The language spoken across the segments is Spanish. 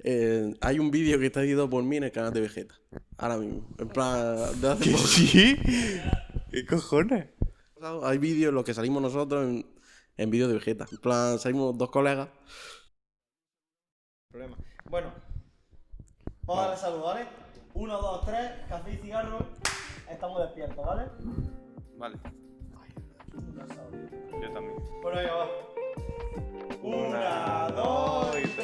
Hay un vídeo que está editado por mí en el canal de Vegeta. Ahora mismo. En plan, de hace ¿Que poco. sí? ¿Qué cojones? Hay vídeos en los que salimos nosotros en vídeos de Vegeta. En plan, salimos 2 colegas. Problema. Bueno, vamos a darle saludos, ¿vale? 1, 2, 3, café y cigarro. Estamos despiertos, ¿vale? Vale, yo también. Bueno, venga, va. 1, 2 y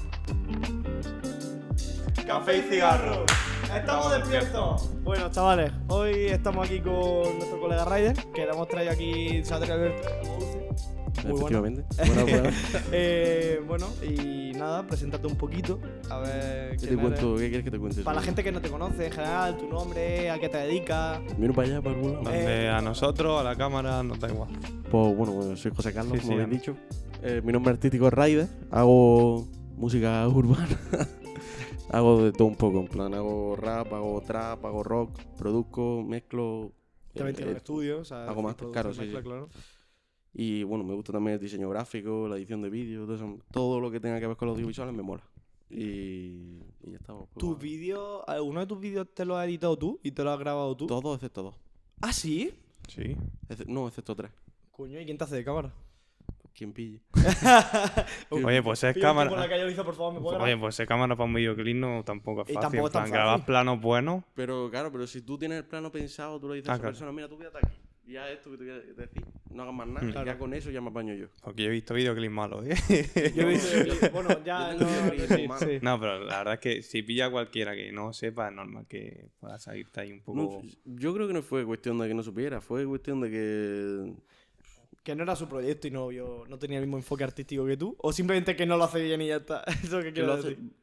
3. Café y cigarro. ¡Estamos despiertos! Bueno, chavales, hoy estamos aquí con nuestro colega Ryder, que le hemos traído aquí Sadre Alberto. Muy bueno. Efectivamente. Bueno. Bueno, y nada, preséntate un poquito. A ver. ¿Qué te cuento? ¿Qué quieres que te cuente? Para la gente que no te conoce en general, tu nombre, a qué te dedicas. Miro para allá, para algún lado. Donde a nosotros, a la cámara, nos da igual. Pues bueno, soy José Carlos, Sí, como sí, habéis dicho. Mi nombre artístico es Ryder. Hago música urbana. Hago de todo un poco, en plan, hago rap, hago trap, hago rock, produzco, mezclo. También tienes un estudio, o sea, hago máster, claro, sí, mezcla, sí. claro. Y bueno, me gusta también el diseño gráfico, la edición de vídeos, todo lo que tenga que ver con los audiovisuales me mola. Y ya estamos. Pues, ¿Tus vídeos, alguno de tus vídeos te lo has editado tú y te lo has grabado tú? Todos excepto 2. ¿Ah, sí? Sí. No, excepto 3. Coño, ¿y quién te hace de cámara? ¿Quién pille? Oye, pues es Pídete por la cámara. calle Oliza, por favor, ¿me puedo Oye, grabar? pues es cámara para un videoclip no tampoco es Y fácil. tampoco es En tan plan, grabar fácil. planos buenos. Pero claro, pero si tú tienes el plano pensado, tú le dices a esa claro. persona, mira, tú quédate aquí. Y ya esto que te voy a decir, no hagas más nada. y ya con eso ya me apaño yo. Porque yo he visto videoclips malos, ¿eh? Yo he visto, bueno, ya yo tengo no, videoclips sí, malos. sí. No, pero la verdad es que si pilla a cualquiera que no sepa, es normal que pueda salirte ahí un poco. No, yo creo que no fue cuestión de que no supiera, fue cuestión de que... Que no era su proyecto y no tenía el mismo enfoque artístico que tú. O simplemente que no lo hace bien y ya está. Eso es lo que que quiero lo hace- decir.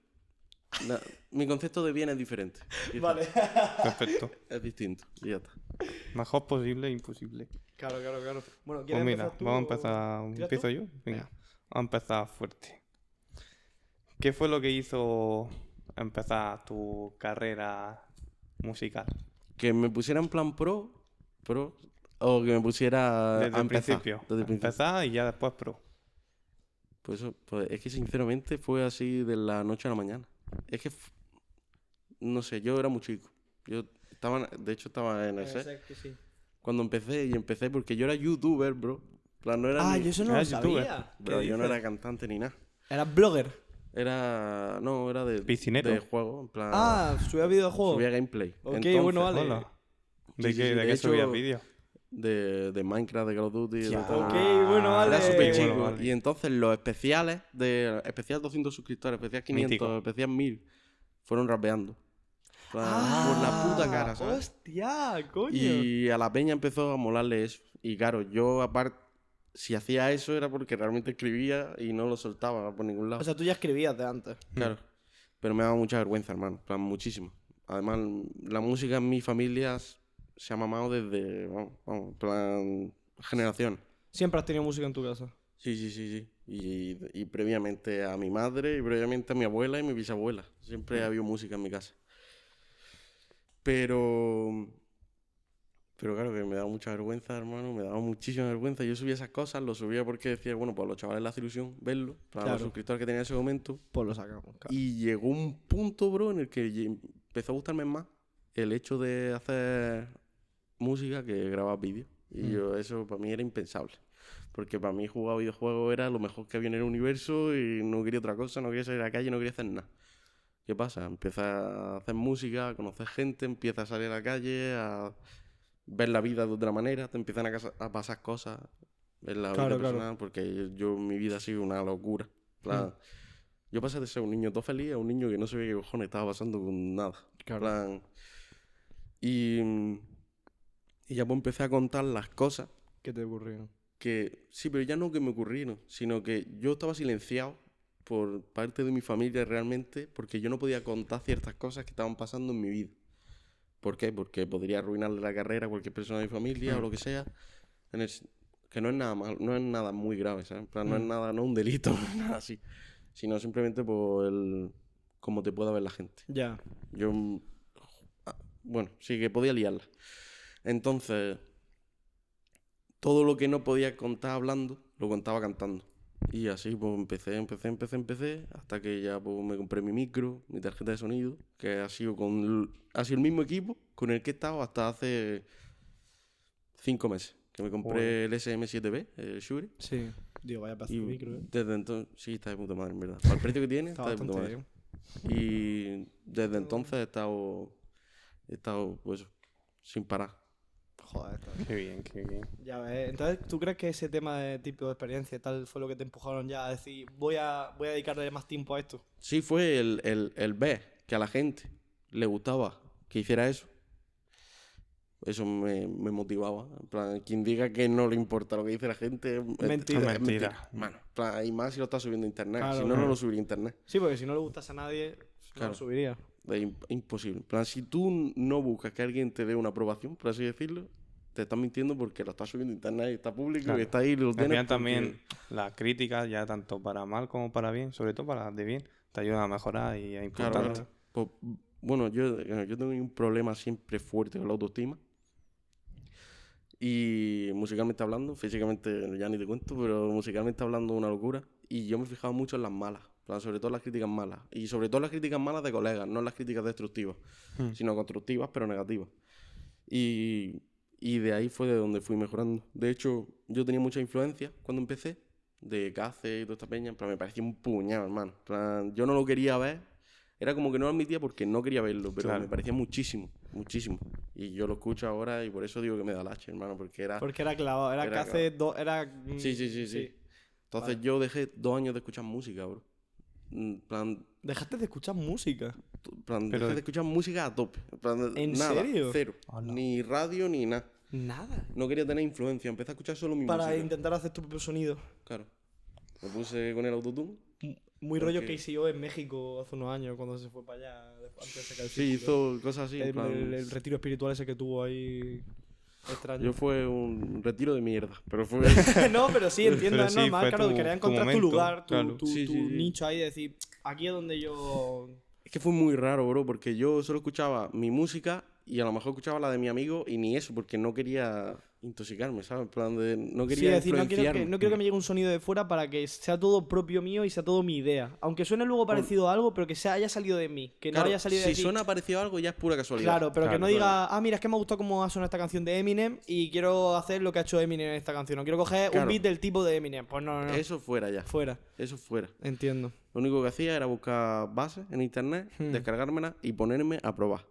Mi concepto de bien es diferente. Quizá. Vale. Perfecto. Es distinto. Y ya está. Mejor posible, imposible. Claro. Bueno, Pues ¿quieres mira, empezar tú vamos a o empezar. tiras ¿Empiezo tú? yo? Venga. Vamos a empezar fuerte. ¿Qué fue lo que hizo empezar tu carrera musical? Que me pusiera en plan pro, o que me pusiera Desde a el empezar. principio. Desde el principio. Empezar y ya después pro. Pues eso, pues es que sinceramente fue así de la noche a la mañana. Es que, no sé, yo era muy chico. Yo estaba, de hecho estaba en ese. Sé que sí. Cuando empecé porque yo era youtuber, bro. En plan, no era Ah, ni- yo eso no lo Eres youtuber. sabía. Bro, ¿Qué yo no dices? era cantante ni nada. ¿Eras blogger? Era de Piscinero. de juego, en plan, Ah, subía videojuegos. subía gameplay. Ok, Entonces, bueno, vale. Hola. ¿De Sí, qué, sí, de de qué hecho, subías vídeos? de Minecraft, de Call of Duty, de Ya. tal. Ok, bueno, vale. Era súper Bueno, chico. vale. Y entonces los especiales, especial 200 suscriptores, especial 500, Mítico. especial 1000, fueron rapeando. En plan, por la puta cara, ¿sabes? ¡Hostia, coño! Y a la peña empezó a molarle eso. Y claro, yo aparte, si hacía eso era porque realmente escribía y no lo soltaba por ningún lado. O sea, tú ya escribías de antes. Claro. Pero me daba mucha vergüenza, hermano. En plan, muchísimo. Además, la música en mi familia se ha mamado desde, vamos, en plan, generación. Siempre has tenido música en tu casa. Sí. Y previamente a mi madre, y previamente a mi abuela y mi bisabuela. Siempre ha habido música en mi casa. Pero claro que me daba mucha vergüenza, hermano. Me daba muchísima vergüenza. Yo subía esas cosas, lo subía porque decía, bueno, pues a los chavales les hace ilusión verlo. Para Claro. los suscriptores que tenía en ese momento. Pues lo sacamos, claro. Y llegó un punto, bro, en el que empezó a gustarme más el hecho de hacer música que grabar vídeos. Y eso para mí era impensable. Porque para mí jugar videojuegos era lo mejor que había en el universo y no quería otra cosa, no quería salir a la calle, no quería hacer nada. ¿Qué pasa? Empiezas a hacer música, a conocer gente, empiezas a salir a la calle, a ver la vida de otra manera, te empiezan a pasar cosas en la Claro, vida personal, porque mi vida ha sido una locura. En plan, yo pasé de ser un niño todo feliz a un niño que no sabía qué cojones estaba pasando con nada. Claro. En plan, y ya pues empecé a contar las cosas ¿Qué te ocurrió? que, sí, pero ya no que me ocurrieron, sino que yo estaba silenciado por parte de mi familia realmente, porque yo no podía contar ciertas cosas que estaban pasando en mi vida. ¿Por qué? Porque podría arruinarle la carrera a cualquier persona de mi familia o lo que sea. Que no es nada mal, no es nada muy grave, ¿sabes? En plan, no es nada, no es un delito, no es nada así. Sino simplemente por cómo te pueda ver la gente. Ya. Yo, bueno, sí que podía liarla. Entonces, todo lo que no podía contar hablando, lo contaba cantando. Y así pues empecé, hasta que ya pues me compré mi micro, mi tarjeta de sonido, que ha sido el mismo equipo con el que he estado hasta hace 5 meses. Que me compré el SM7B, el Shure. Sí. Digo, vaya pedazo de Y micro, ¿eh? desde entonces, sí, está de puta madre, en verdad. Para el precio que tiene, Está está de puta bastante madre. bien. Y desde entonces he estado pues sin parar. Joder, está bien. Qué bien, qué bien. Ya ves. Entonces, ¿tú crees que ese tema de tipo de experiencia y tal fue lo que te empujaron ya a decir, voy a dedicarle más tiempo a esto? Sí, fue el ver que a la gente le gustaba que hiciera eso. Eso me motivaba. En plan, quien diga que no le importa lo que dice la gente Mentira. es Mentira. Mano, en plan, y más si lo está subiendo a internet. Claro, Si no, no claro. lo subiría a internet. Sí, porque si no le gustas a nadie, no Claro. lo subiría. Es imposible. En plan, si tú no buscas que alguien te dé una aprobación, por así decirlo, te estás mintiendo porque lo estás subiendo a internet y está público Claro. y está ahí y lo Al tienes. final porque- también las críticas, ya tanto para mal como para bien, sobre todo para las de bien, te ayudan a mejorar y es Claro, importante. pues, bueno, yo tengo un problema siempre fuerte con la autoestima. Y musicalmente hablando, físicamente ya ni te cuento, pero musicalmente hablando una locura. Y yo me he fijado mucho en las malas, en plan, sobre todo las críticas malas. Y sobre todo las críticas malas de colegas, no las críticas destructivas, sino constructivas, pero negativas. Y de ahí fue de donde fui mejorando. De hecho, yo tenía mucha influencia cuando empecé, de Cace y toda esta peña, pero me parecía un puñado, hermano. En plan, yo no lo quería ver, era como que no lo admitía porque no quería verlo, pero Claro. me parecía muchísimo, muchísimo. Y yo lo escucho ahora y por eso digo que me da lache, hermano, porque era... Porque era clavado, era Era que hace dos. Era. Sí. Entonces yo dejé 2 años de escuchar música, bro. En plan, Dejaste de escuchar música. Pero Pero- dejé de escuchar música a tope. En plan, ¿En nada, serio? cero. Hola. Ni radio ni nada. Nada. No quería tener influencia, empecé a escuchar solo mi Para música. intentar hacer tu propio sonido. Claro. Me puse con el autotune. Muy rollo Porque- KCO en México hace unos años cuando se fue para allá. Antes de sacar el Sí, círculo. hizo cosas así. en El, plan, el retiro espiritual ese que tuvo ahí. Extraño. yo fue un retiro de mierda, pero fue... No, pero sí, entiendo, Pero es sí, normal, fue claro, tu- quería tu encontrar tu momento, lugar, claro. tu Sí, sí. nicho ahí, de decir, aquí es donde yo... Es que fue muy raro, bro, porque yo solo escuchaba mi música y a lo mejor escuchaba la de mi amigo y ni eso, porque no quería intoxicarme, ¿sabes? En plan de... No Sí, quería es decir, no quiero, que, influenciarme. no quiero que me llegue un sonido de fuera para que sea todo propio mío y sea todo mi idea. Aunque suene luego parecido a algo, pero que haya salido de mí. Que no Claro, haya salido si de ti. suena parecido a algo ya es pura casualidad. Claro, pero que Claro, no diga, ah, mira, es que me ha gustado cómo ha sonado esta canción de Eminem y quiero hacer lo que ha hecho Eminem en esta canción. No quiero coger un Claro. beat del tipo de Eminem. Pues no. Eso fuera ya. Fuera. Eso fuera. Entiendo. Lo único que hacía era buscar bases en internet, descargármelas y ponerme a probar.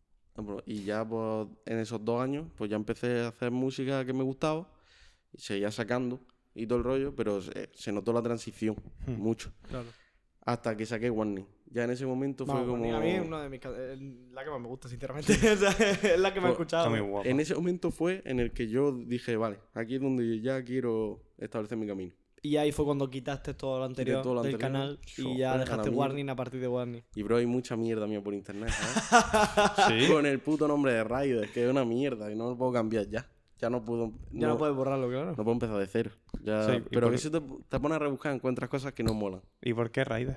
Y ya pues, en esos 2 años pues ya empecé a hacer música que me gustaba y seguía sacando y todo el rollo, pero se notó la transición mucho. Claro. Hasta que saqué Warning. Ya en ese momento fue Vamos, como... a mí es una de mis la que más me gusta, sinceramente. O sea, es la que me he Pues, escuchado. Está muy guapa. En ese momento fue en el que yo dije, vale, aquí es donde ya quiero establecer mi camino. Y ahí fue cuando quitaste todo lo anterior todo lo del anterior. canal y Joder, ya a la dejaste mierda. Warning a partir de Warning. Y bro, hay mucha mierda mía por internet, ¿sabes? Sí. Con el puto nombre de Raider, que es una mierda y no lo puedo cambiar ya. Ya no puedo... Ya no puedes borrarlo, claro. No puedo empezar de cero. Ya, Sí, y pero por- que si te pones a rebuscar encuentras cosas que no molan. ¿Y por qué Raider?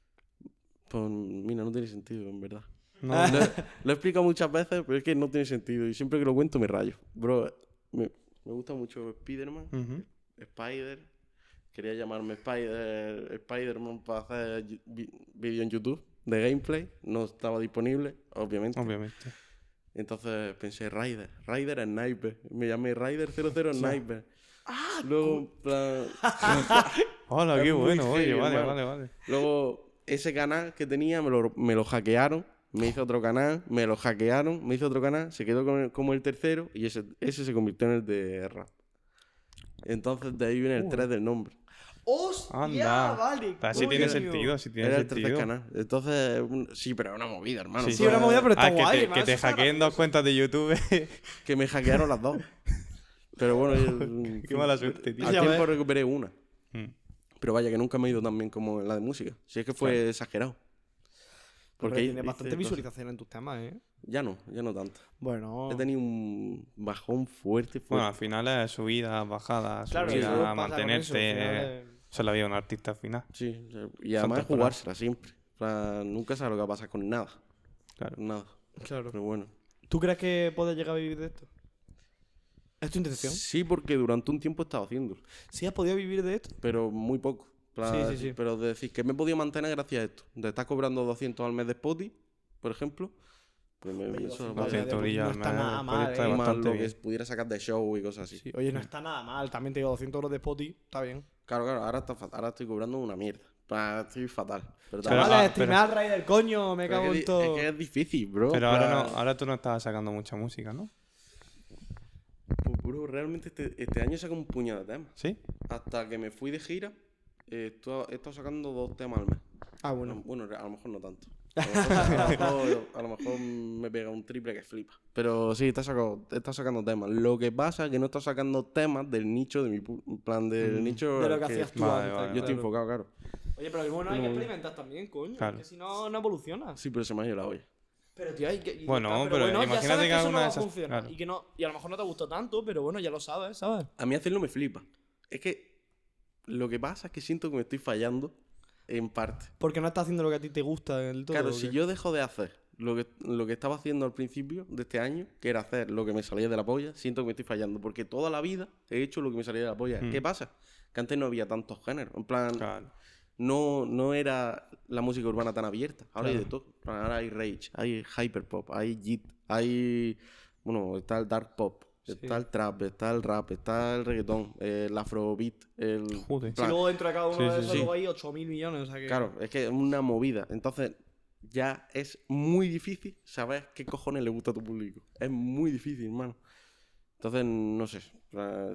Pues mira, no tiene sentido, en verdad. No, Lo he explicado muchas veces, pero es que no tiene sentido. Y siempre que lo cuento me rayo. Bro, me gusta mucho Spider-Man, Ujú. Spider. Quería llamarme Spider-Man para hacer vídeo en YouTube de gameplay. No estaba disponible, obviamente. Obviamente. Entonces pensé Raider Sniper. Me llamé Raider 00 Sniper. Luego, en plan... Hola, Es qué muy bueno. Oye, heavy, vale, hermano. vale. Luego, ese canal que tenía me lo hackearon. Me hizo otro canal, me lo hackearon, me hizo otro canal, se quedó como el tercero y ese se convirtió en el de rap. Entonces de ahí viene el 3 del nombre. ¡Hostia! Anda. Vale. Así coño. tiene sentido, así tiene Era el tercer sentido. canal. Entonces, sí, pero era una movida, hermano. Sí, Sí, una movida, pero está que guay. te, me que ha te asustado. hackeen 2 cuentas de YouTube. Que me hackearon las 2. Pero bueno, Qué mala suerte, tío. Al Ya tiempo ves. recuperé una. Mm. Pero vaya, que nunca me ha ido tan bien como en la de música. Si es que fue exagerado. Porque ahí tienes hice bastante cosas. visualización en tus temas, ¿eh? Ya no tanto. Bueno. He tenido un bajón fuerte. Bueno, al final es subidas, bajadas, Claro, subida, eso pasa con mantenerse. eso, al final Esa es la vida de un artista al final. Sí, y además temporadas. jugársela siempre. O sea, nunca sabes lo que va a pasar con nada. Claro. Nada. Claro. Pero bueno. ¿Tú crees que puedes llegar a vivir de esto? ¿Es tu intención? Sí, porque durante un tiempo he estado haciéndolo, ¿Sí has podido vivir de esto? pero muy poco. Sí, sí, sí. Pero de decir que me he podido mantener gracias a esto. De estar cobrando 200 al mes de Spotify, por ejemplo, pues eso Vale, 200 brillas no al está mes, nada puede mal, estar ¿eh? más bastante lo que bien. pudiera sacar de show y cosas así. Sí, oye, no está nada mal. También te digo, 200 euros de Spotify, está bien. Claro, ahora estoy cobrando una mierda. Estoy fatal. Pero Pero, Chavales, pero- streamear Raider, coño, me pero cago en es todo. que es difícil, bro. Pero ahora no, ahora tú no estabas sacando mucha música, ¿no? Pues, bro, realmente este año saco un puñado de temas. ¿Sí? Hasta que me fui de gira, he estado sacando 2 temas al mes. Ah, bueno. Bueno, a lo mejor no tanto. A lo mejor me pega un triple que flipa. Pero sí, está sacando temas. Lo que pasa es que no está sacando temas del nicho de en plan del nicho De lo que que hacías tú Vale, antes. vale. yo estoy claro. enfocado, claro. Oye, pero bueno, hay que experimentar también, coño. Claro. Que si no, no evolucionas. Sí, pero se me ha ido la olla. Pero tío, hay que. Bueno, claro, pero ya imagínate sabes que eso no alguna va de a esas- funcionar. claro. Y a lo mejor no te gustó tanto, pero bueno, ya lo sabes, ¿sabes? A mí hacerlo me flipa. Es que lo que pasa es que siento que me estoy fallando en parte. Porque no estás haciendo lo que a ti te gusta del todo. Claro, ¿o si qué? yo dejo de hacer lo que estaba haciendo al principio de este año, que era hacer lo que me salía de la polla, siento que me estoy fallando. Porque toda la vida he hecho lo que me salía de la polla. ¿Qué pasa? Que antes no había tantos géneros. En plan, Claro. no era la música urbana tan abierta. Ahora hay de todo. En plan, ahora hay rage, hay hyperpop, hay jit, hay... Bueno, está el dark pop, está el trap, está el rap, está el reggaetón, el afrobeat, el... Joder. en Si plan, luego dentro de cada uno Sí, de sí, esos sí. luego hay 8.000 millones, o sea que... Claro, es que es una movida. Entonces, ya es muy difícil saber qué cojones le gusta a tu público. Es muy difícil, hermano. Entonces, no sé. O sea,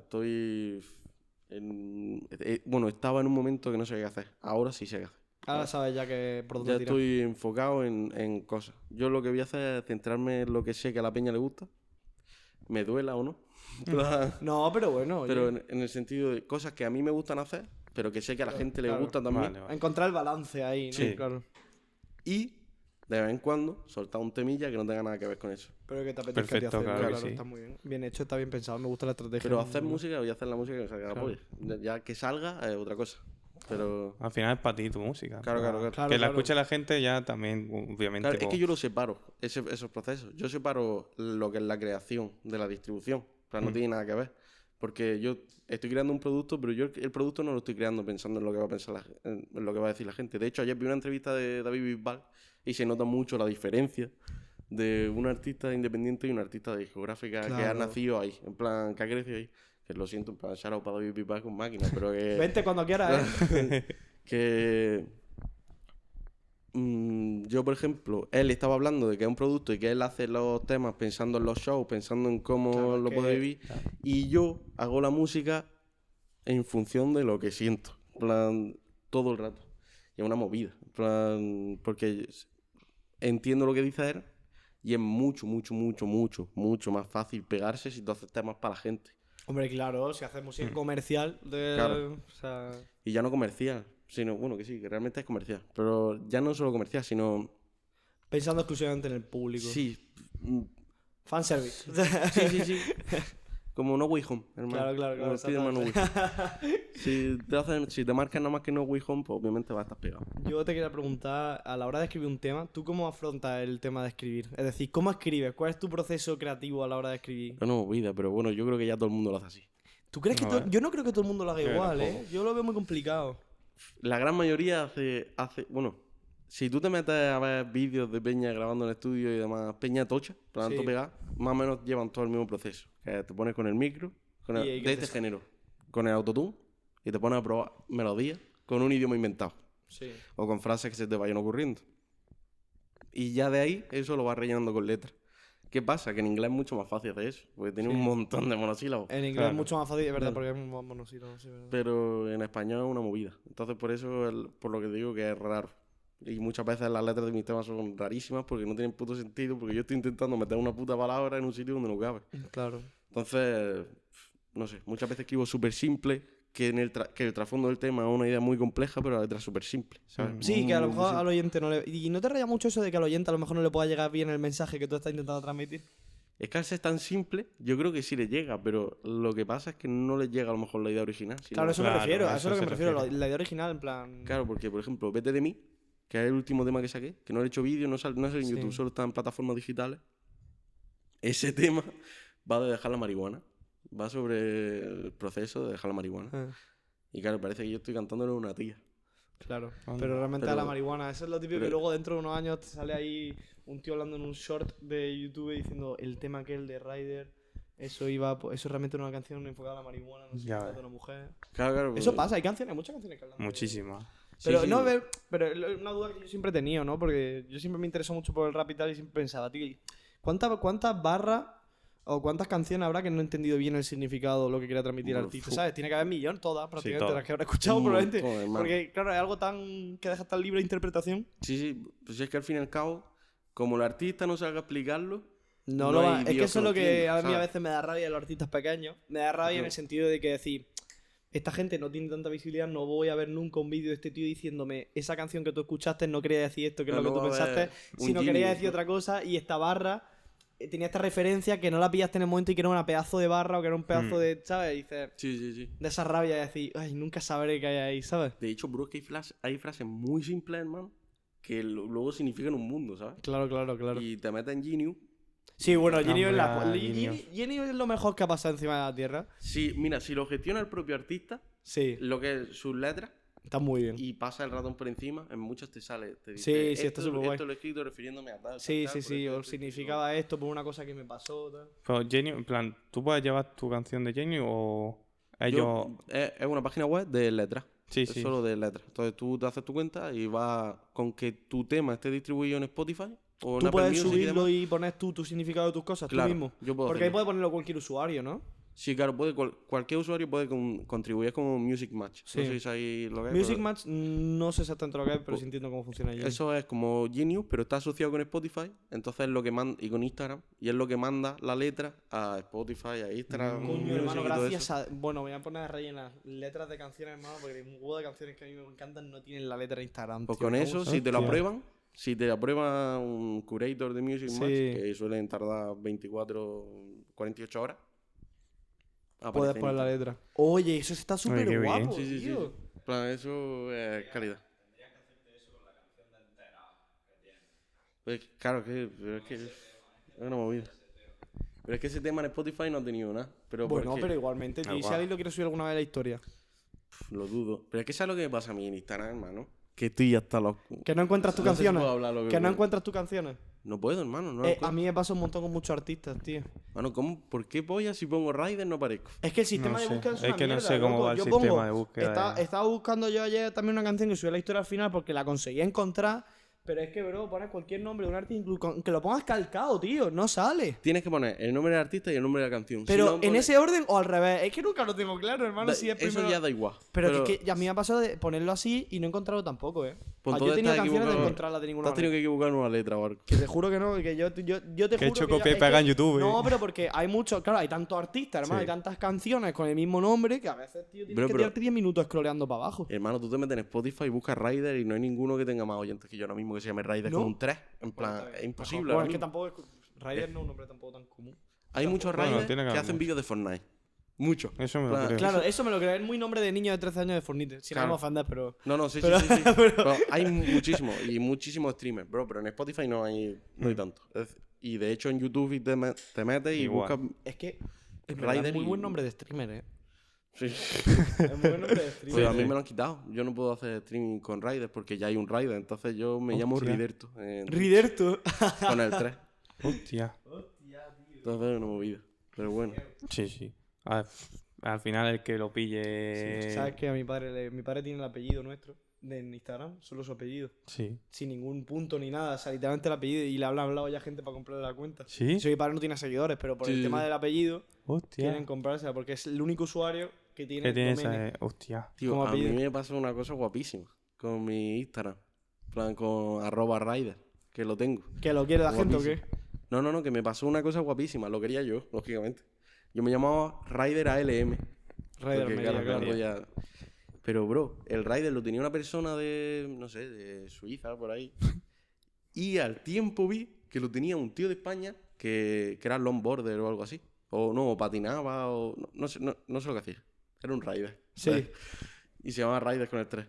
bueno, estaba en un momento que no sabía qué hacer. Ahora sí sé qué hacer. Ahora sabes ya que por dónde Ya tirar. estoy enfocado en cosas. Yo lo que voy a hacer es centrarme en lo que sé que a la peña le gusta. Me duela o no. No, pero bueno, oye, Pero en el sentido de cosas que a mí me gustan hacer, pero que sé que a la gente le claro. gusta también. Vale, vale. encontrar el balance ahí, ¿no? Sí. Claro. Y de vez en cuando soltar un temilla que no tenga nada que ver con eso. Pero que te apetezca a ti Perfecto, hacerlo, claro claro, que sí. está muy bien. Bien hecho, está bien pensado, me gusta la estrategia. Pero hacer música, voy a hacer la música que salga la Claro. polla. Ya que salga es otra cosa. Pero... Al final es para ti tu música. Claro, Para- claro. Claro, que la claro. escuche la gente ya también, obviamente. Claro, es pues, que yo lo separo, esos procesos. Yo separo lo que es la creación de la distribución. O sea, no tiene nada que ver. Porque yo estoy creando un producto, pero yo el producto no lo estoy creando pensando en lo que va a pensar en lo que va a decir la gente. De hecho, ayer vi una entrevista de David Bisbal y se nota mucho la diferencia de un artista independiente y un artista de discográfica que ha Claro. nacido ahí. En plan, que ha crecido ahí. Que lo siento, en plan, shout out para David Bisbal con máquina, pero que... Vente cuando quieras, ¿eh? que yo, por ejemplo, él estaba hablando de que es un producto y que él hace los temas pensando en los shows, pensando en cómo Claro, lo que- puede vivir, y yo hago la música en función de lo que siento, en plan, todo el rato. Y es una movida, en plan, porque entiendo lo que dice él y es mucho más fácil pegarse si tú haces temas para la gente. Hombre, claro, si haces música comercial, Claro. o sea... Y ya no comercial, sino, bueno, que sí, que realmente es comercial, pero ya no solo comercial, sino... Pensando exclusivamente en el público. Sí, Fanservice. sí. Como No Way Home, hermano. Claro, Como Spider-Man No Way Home. Si te marcas nada más que No Way Home, pues obviamente vas a estar pegado. Yo te quería preguntar, a la hora de escribir un tema, ¿tú cómo afrontas el tema de escribir? Es decir, ¿cómo escribes? ¿Cuál es tu proceso creativo a la hora de escribir? No, vida, pero bueno, yo creo que ya todo el mundo lo hace así. ¿Tú crees que A todo- ver. Yo no creo que todo el mundo lo haga Yo igual, tampoco. ¿eh? Yo lo veo muy complicado. La gran mayoría hace... Bueno, si tú te metes a ver vídeos de peña grabando en estudio y demás, peña tocha, plan Sí. todo pegada, más o menos llevan todo el mismo proceso. Que te pones con el micro, Y ahí que de te este género, con el autotune, y te pones a probar melodías con un idioma inventado. Sí. O con frases que se te vayan ocurriendo. Y ya de ahí, eso lo vas rellenando con letras. ¿Qué pasa? Que en inglés es mucho más fácil hacer eso, porque tiene Sí. un montón de monosílabos. En inglés Claro. es mucho más fácil, es verdad, Claro. porque es más monosílabo, sí, verdad. Pero en español es una movida. Entonces, por eso, por lo que digo, que es raro. Y muchas veces las letras de mis temas son rarísimas porque no tienen puto sentido, porque yo estoy intentando meter una puta palabra en un sitio donde no cabe. Claro. Entonces, no sé, muchas veces escribo súper simple, que el trasfondo del tema es una idea muy compleja, pero la letra es súper simple, ¿sabes? Sí, que a lo Muy mejor simple. al oyente no le... ¿Y no te raya mucho eso de que al oyente a lo mejor no le pueda llegar bien el mensaje que tú estás intentando transmitir? Es que al ser tan simple, yo creo que sí le llega, pero lo que pasa es que no le llega a lo mejor la idea original. sino- Claro, eso me Claro, refiero, a a eso es lo eso que me se refiero, refiere. la idea original, en plan... Claro, porque, por ejemplo, Vete de mí, que es el último tema que saqué, que no he hecho vídeo, no sale en Sí. YouTube, solo está en plataformas digitales. Ese tema va de dejar la marihuana. Va sobre el proceso de dejar la marihuana. Ah, Y claro, parece que yo estoy cantándole a una tía. claro. Anda. Pero realmente Pero- la marihuana, eso es lo típico que pero- luego dentro de unos años te sale ahí un tío hablando en un short de YouTube diciendo el tema aquel de Ryder, eso realmente era una canción enfocada a la marihuana, no sé Ya qué, ves. de una mujer. Claro, Eso pasa, hay canciones, hay muchas canciones que hablan de- Muchísimas. Pero Sí, sí. no, pero es una duda que yo siempre he tenido, ¿no? Porque yo siempre me interesó mucho por el rap y tal y siempre pensaba, tío, ¿cuántas barras o cuántas canciones habrá que no he entendido bien el significado, lo que quería transmitir el Uf, artista? uf. ¿Sabes? Tiene que haber millón, todas, prácticamente, todas. las que habrá escuchado Un probablemente. montón, hermano. Porque, claro, es algo tan que deja tan libre de interpretación. Sí, pues es que al fin y al cabo, como el artista no sabe explicarlo, No No lo hay va- Es que Dios eso es que lo lo que entienda, a mí a ¿sabes? veces me da rabia de los artistas pequeños. Me da rabia en Claro. el sentido de que decir, esta gente no tiene tanta visibilidad, no voy a ver nunca un vídeo de este tío diciéndome esa canción que tú escuchaste no quería decir esto, que es No, lo que no tú va a haber pensaste, un sino quería genius, decir ¿no? otra cosa y esta barra tenía esta referencia que no la pillaste en el momento y que era una pedazo de barra o que era un pedazo de, ¿sabes? Y dices, Sí, sí, sí. de esa rabia de decir, ay, nunca sabré qué hay ahí, ¿sabes? De hecho, bro, es que hay frases muy simples, hermano, que luego significan un mundo, ¿sabes? Claro, claro, claro. Y te metes en Genius. Sí, bueno, Genio es, Hombre, Genio. Genio es lo mejor que ha pasado encima de la Tierra. Sí, mira, si lo gestiona el propio artista, Sí, lo que es sus letras, está muy bien. y pasa el ratón por encima, en muchas te sale, te Sí, dice, sí, está superguay. esto lo he escrito refiriéndome a tal, Sí, tal, sí, por sí, esto, o esto, significaba esto por una cosa que me pasó. Tal. Pero Genio, en plan, ¿tú puedes llevar tu canción de Genio o ellos...? Es una página web de letras. Sí, Es sí. solo de letras. Entonces tú te haces tu cuenta y vas con que tu tema esté distribuido en Spotify o en Tú Apple puedes Music y subirlo demás. y poner tú tu significado de tus cosas, Claro, tú mismo. yo puedo Porque ahí hacerlo. puede ponerlo cualquier usuario, ¿no? Sí, claro, cualquier usuario puede contribuir como Music Match. Sí. No sé si sabéis lo que es. Music pero Match no sé exactamente lo que es, pero Pues, sí entiendo cómo funciona allí. Eso es como Genius, pero está asociado con Spotify. Entonces es lo que manda, y con Instagram. Y es lo que manda la letra a Spotify, a Instagram. Coño, Music hermano, y todo gracias eso. a... Bueno, voy a poner a rellenar letras de canciones, hermano, porque hay un huevo de canciones que a mí me encantan no tienen la letra de Instagram. Pues tío. con eso, si te lo Hostia. aprueban, si te aprueba un curator de Music Sí. Match, que suelen tardar 24, 48 horas, Puedes aparece en poner la Instagram. letra. Oye, eso está súper qué bien. guapo, Sí, sí, sí, tío. sí. En plan, eso es calidad. Pues claro, pero es que es una movida. Pero es que ese tema en Spotify no ha tenido nada. Pero Bueno, porque- pero igualmente, tío, y si guau. alguien lo quiere subir alguna vez a la historia. Lo dudo. Pero es que ¿sabes lo que me pasa a mí en Instagram, hermano? Que estoy hasta los... Que no encuentras tus No sé si canciones. puedo hablar lo que Que no puedo. encuentras tus canciones. No puedo, hermano. No A encuentro. mí me pasa un montón con muchos artistas, tío. Mano, ¿por qué polla si pongo Rider no aparezco? Es que el sistema No de sé. búsqueda es Es una que no mierda, sé cómo loco. va el Yo sistema pongo- de búsqueda. Estaba buscando yo ayer también una canción que subí a la historia al final porque la conseguí encontrar. Pero es que, bro, pones cualquier nombre de un artista, incluso que lo pongas calcado, tío, no sale. Tienes que poner el nombre del artista y el nombre de la canción. Si Pero no en pones- ese orden o al revés. Es que nunca lo tengo claro, hermano. Si es Eso primero... ya da igual. Pero es que a mí me ha pasado de ponerlo así y no he encontrado tampoco, ¿eh? Pues yo he entonces tenido estás canciones de equivocado. encontrarlas de Te ninguna has tenido manera. que equivocar en una letra o algo. Que te juro que no, que yo te Que he juro hecho que copia y es pega que- en YouTube, No, ¿eh? pero porque hay muchos, claro, hay tantos artistas, hermano, Sí. hay tantas canciones con el mismo nombre que a veces, tío, tienes Bro, que pero- tirarte 10 minutos scrolleando para abajo. Hermano, tú te metes en Spotify y buscas Rider y no hay ninguno que tenga más oyentes que yo ahora mismo que se llame Rider ¿No? con un 3. En plan, Está bien. es imposible. Bueno, ahora es que mismo. tampoco es... Rider no es un nombre tampoco tan común. Hay muchos Bueno, Riders tiene que que haber hacen mucho. vídeos de Fortnite. Muchos. Eso me lo Plan, creo. Claro, eso me lo creo, es muy nombre de niño de 13 años de Fortnite. Si Claro. no me ofendes, pero... No, no, sí, Pero- sí, sí. sí. pero- Pero hay muchísimos y muchísimos streamers, bro, pero en Spotify no hay tanto. Y de hecho en YouTube te metes y Igual. buscas... Es que... En verdad, Rider es muy y- buen nombre de streamer, ¿eh? Sí. Es muy buen nombre de streamer. Pues a mí me lo han quitado. Yo no puedo hacer streaming con Rider porque ya hay un Rider. Entonces yo me llamo Hostia. Riderto. Riderto. Con el 3. Hostia. Entonces es una movida. Pero bueno. Sí, sí. Al final el que lo pille... ¿Sabes qué? A mi padre tiene el apellido nuestro de Instagram, solo su apellido. Sí. Sin ningún punto ni nada, o sea, literalmente el apellido. Y le han hablado ya gente para comprarle la cuenta. ¿Sí? Si mi padre no tiene seguidores, pero por el Sí. tema del apellido Hostia. quieren comprársela porque es el único usuario que tiene ¿Qué el tiene dominio. esa? Hostia. Tío, Como a mí apellido. me pasó una cosa guapísima con mi Instagram. En plan, con @Rider. Que lo tengo. ¿Que lo quiere la gente o qué? Guapísimo. No, que me pasó una cosa guapísima. Lo quería yo, lógicamente. Yo me llamaba Rider ALM. Rider Porque, Media, claro, claro. ya... Pero, bro, el Rider lo tenía una persona de, no sé, de Suiza, por ahí. Y al tiempo vi que lo tenía un tío de España que era longboarder o algo así. O no, o patinaba, o... No sé lo que hacía. Era un Rider. Sí. ¿sabes? Y se llamaba Rider con el 3.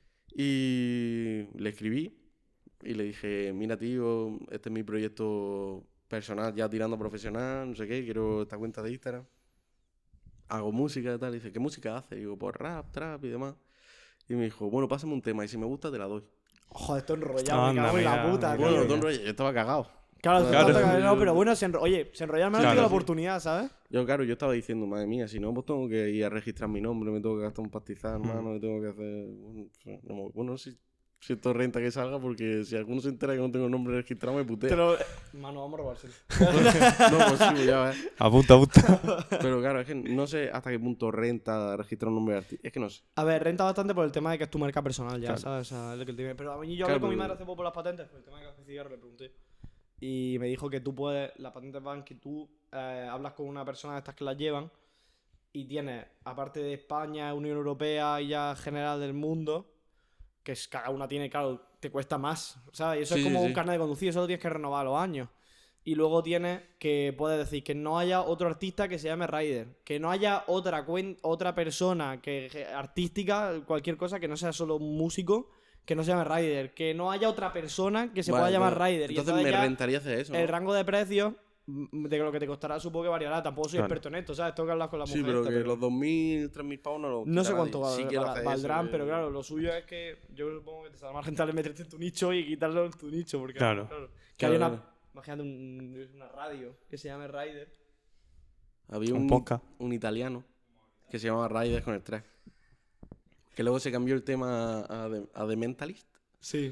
Y le escribí y le dije, mira, tío, este es mi proyecto personal, ya tirando profesional, no sé qué, quiero esta cuenta de Instagram. hago música y tal. Y dice, ¿qué música haces? Y digo, pues rap, trap y demás. Y me dijo, bueno, pásame un tema y si me gusta te la doy. Joder, esto enrollado, me Anda, cago en la mira, puta, mira. tío. Bueno, tú enrollas, yo estaba cagado. Claro, Claro. no, pero bueno, oye, se enrolla menos Claro, que la sí. oportunidad, ¿sabes? Yo, claro, yo estaba diciendo, madre mía, si no, pues tengo que ir a registrar mi nombre, me tengo que gastar un pastizal, hermano, me tengo que hacer... Bueno, si esto renta que salga, porque si alguno se entera que no tengo el nombre registrado, me putea. Mano, vamos a robárselo. No, pues sí, ya ves. Apunta, apunta. Pero claro, es que no sé hasta qué punto renta registrar un nombre de artista. Es que no sé. A ver, renta bastante por el tema de que es tu marca personal, ya, Claro. ¿sabes? O sea, es lo que te... Pero a mí yo Claro, hablé con mi pero- madre hace poco por las patentes, por el tema de café y cigarro, le pregunté. Y me dijo que tú puedes, las patentes van que tú hablas con una persona de estas que las llevan y tienes, aparte de España, Unión Europea y ya general del mundo, que es, cada una tiene, claro, te cuesta más, ¿sabes? Y eso Sí, es como sí, un sí. carnet de conducir, eso lo tienes que renovar a los años. Y luego tienes que puedes decir que no haya otro artista que se llame Rider, que no haya otra persona artística, cualquier cosa que no sea solo un músico, que no se llame Rider, que no haya otra persona que se Vale, pueda llamar bueno, Rider. Y Entonces me ya rentaría hacer eso, ¿no? el rango de precios de lo que te costará supongo que variará. Tampoco soy Claro. experto en esto, ¿sabes? Tengo que hablar con la Sí, mujer. pero esta, que los 2.000, 3.000 pavos no lo no sé quita cuánto nadie. Sí quiero hacer eso, valdrán, que- pero claro, lo suyo es que yo supongo que te sale más rentable meterte en tu nicho y quitarlo en tu nicho. Porque, Claro. Que hay Claro, una, imagínate una radio que se llame Rider. Había Un podcast. un italiano que se llamaba Riders con el 3. Que luego se cambió el tema a The Mentalist. Sí.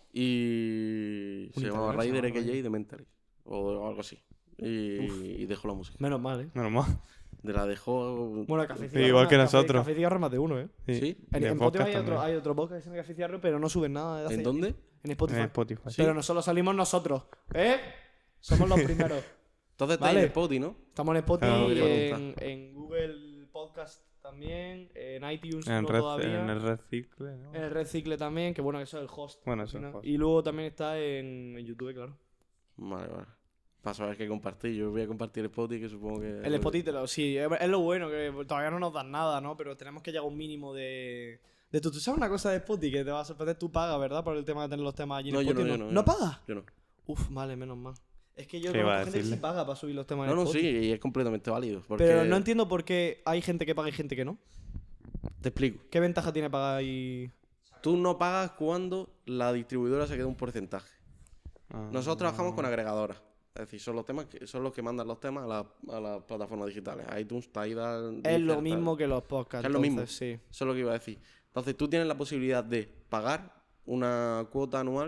Y Un se llamaba italiano se Rider llama XJ The Mentalist. O algo así. Y dejó la música. Menos mal, ¿eh? Normal. De la dejó. Bueno, Café y Sí, Cigarro igual que Café- nosotros. Café y Cigarro más de uno, ¿eh? ¿Sí? En de Spotify podcast hay otro, también. hay otro podcast que se llama Café y Cigarro, pero no suben nada. desde ¿En hace- dónde? En Spotify. En Spotify. Pero no solo salimos nosotros, ¿eh? Somos los primeros. Entonces está Vale. en Spotify, ¿no? Estamos en Spotify, Claro, en Google Podcast también, en iTunes En, no red, todavía. en el Recicle, ¿no? En el Recicle también, que bueno, eso es el host. Bueno, eso al es el final. host. Y luego también está en YouTube, claro. Vale, vale. Para saber qué compartir. Yo voy a compartir el Spotify, que supongo que. El Spotify, sí, es lo bueno, que todavía no nos dan nada, ¿no? Pero tenemos que llegar a un mínimo de ¿Tú sabes una cosa de Spotify que te va a sorprender? Tú pagas, ¿verdad? Por el tema de tener los temas allí en No, yo no, Spotify. yo no, ¿No yo no. pagas? Yo no. Uf, vale, menos mal. Es que yo ¿Qué iba a conozco gente que sí decirle? paga para subir los temas No, en no, sí, Spotify. y es completamente válido. Porque Pero no entiendo por qué hay gente que paga y gente que no. Te explico. ¿Qué ventaja tiene pagar y...? Tú no pagas cuando la distribuidora se queda un porcentaje. Ah, Nosotros trabajamos con agregadoras. Es decir, son los que mandan los temas a las plataformas digitales. iTunes, Tidal... Es Deezer, lo tal. mismo que los podcasts. Que es lo mismo. entonces, sí. Eso es lo que iba a decir. Entonces tú tienes la posibilidad de pagar una cuota anual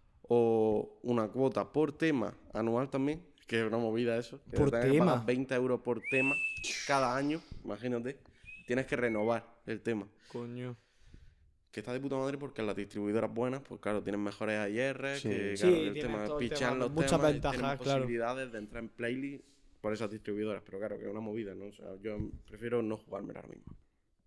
o una cuota por tema anual también, que es una movida eso. Que Por te tengas que tema. pagar 20 euros por tema cada año, imagínate. Tienes que renovar el tema. Coño. Que está de puta madre porque las distribuidoras buenas, pues claro, tienen mejores AR, Sí. que Sí, claro, el tienen tema, todo el pichan tema, los muchas temas, ventajas, tienen claro. posibilidades de entrar en playlist por esas distribuidoras, pero claro, que es una movida, ¿no? O sea, yo prefiero no jugármela ahora mismo.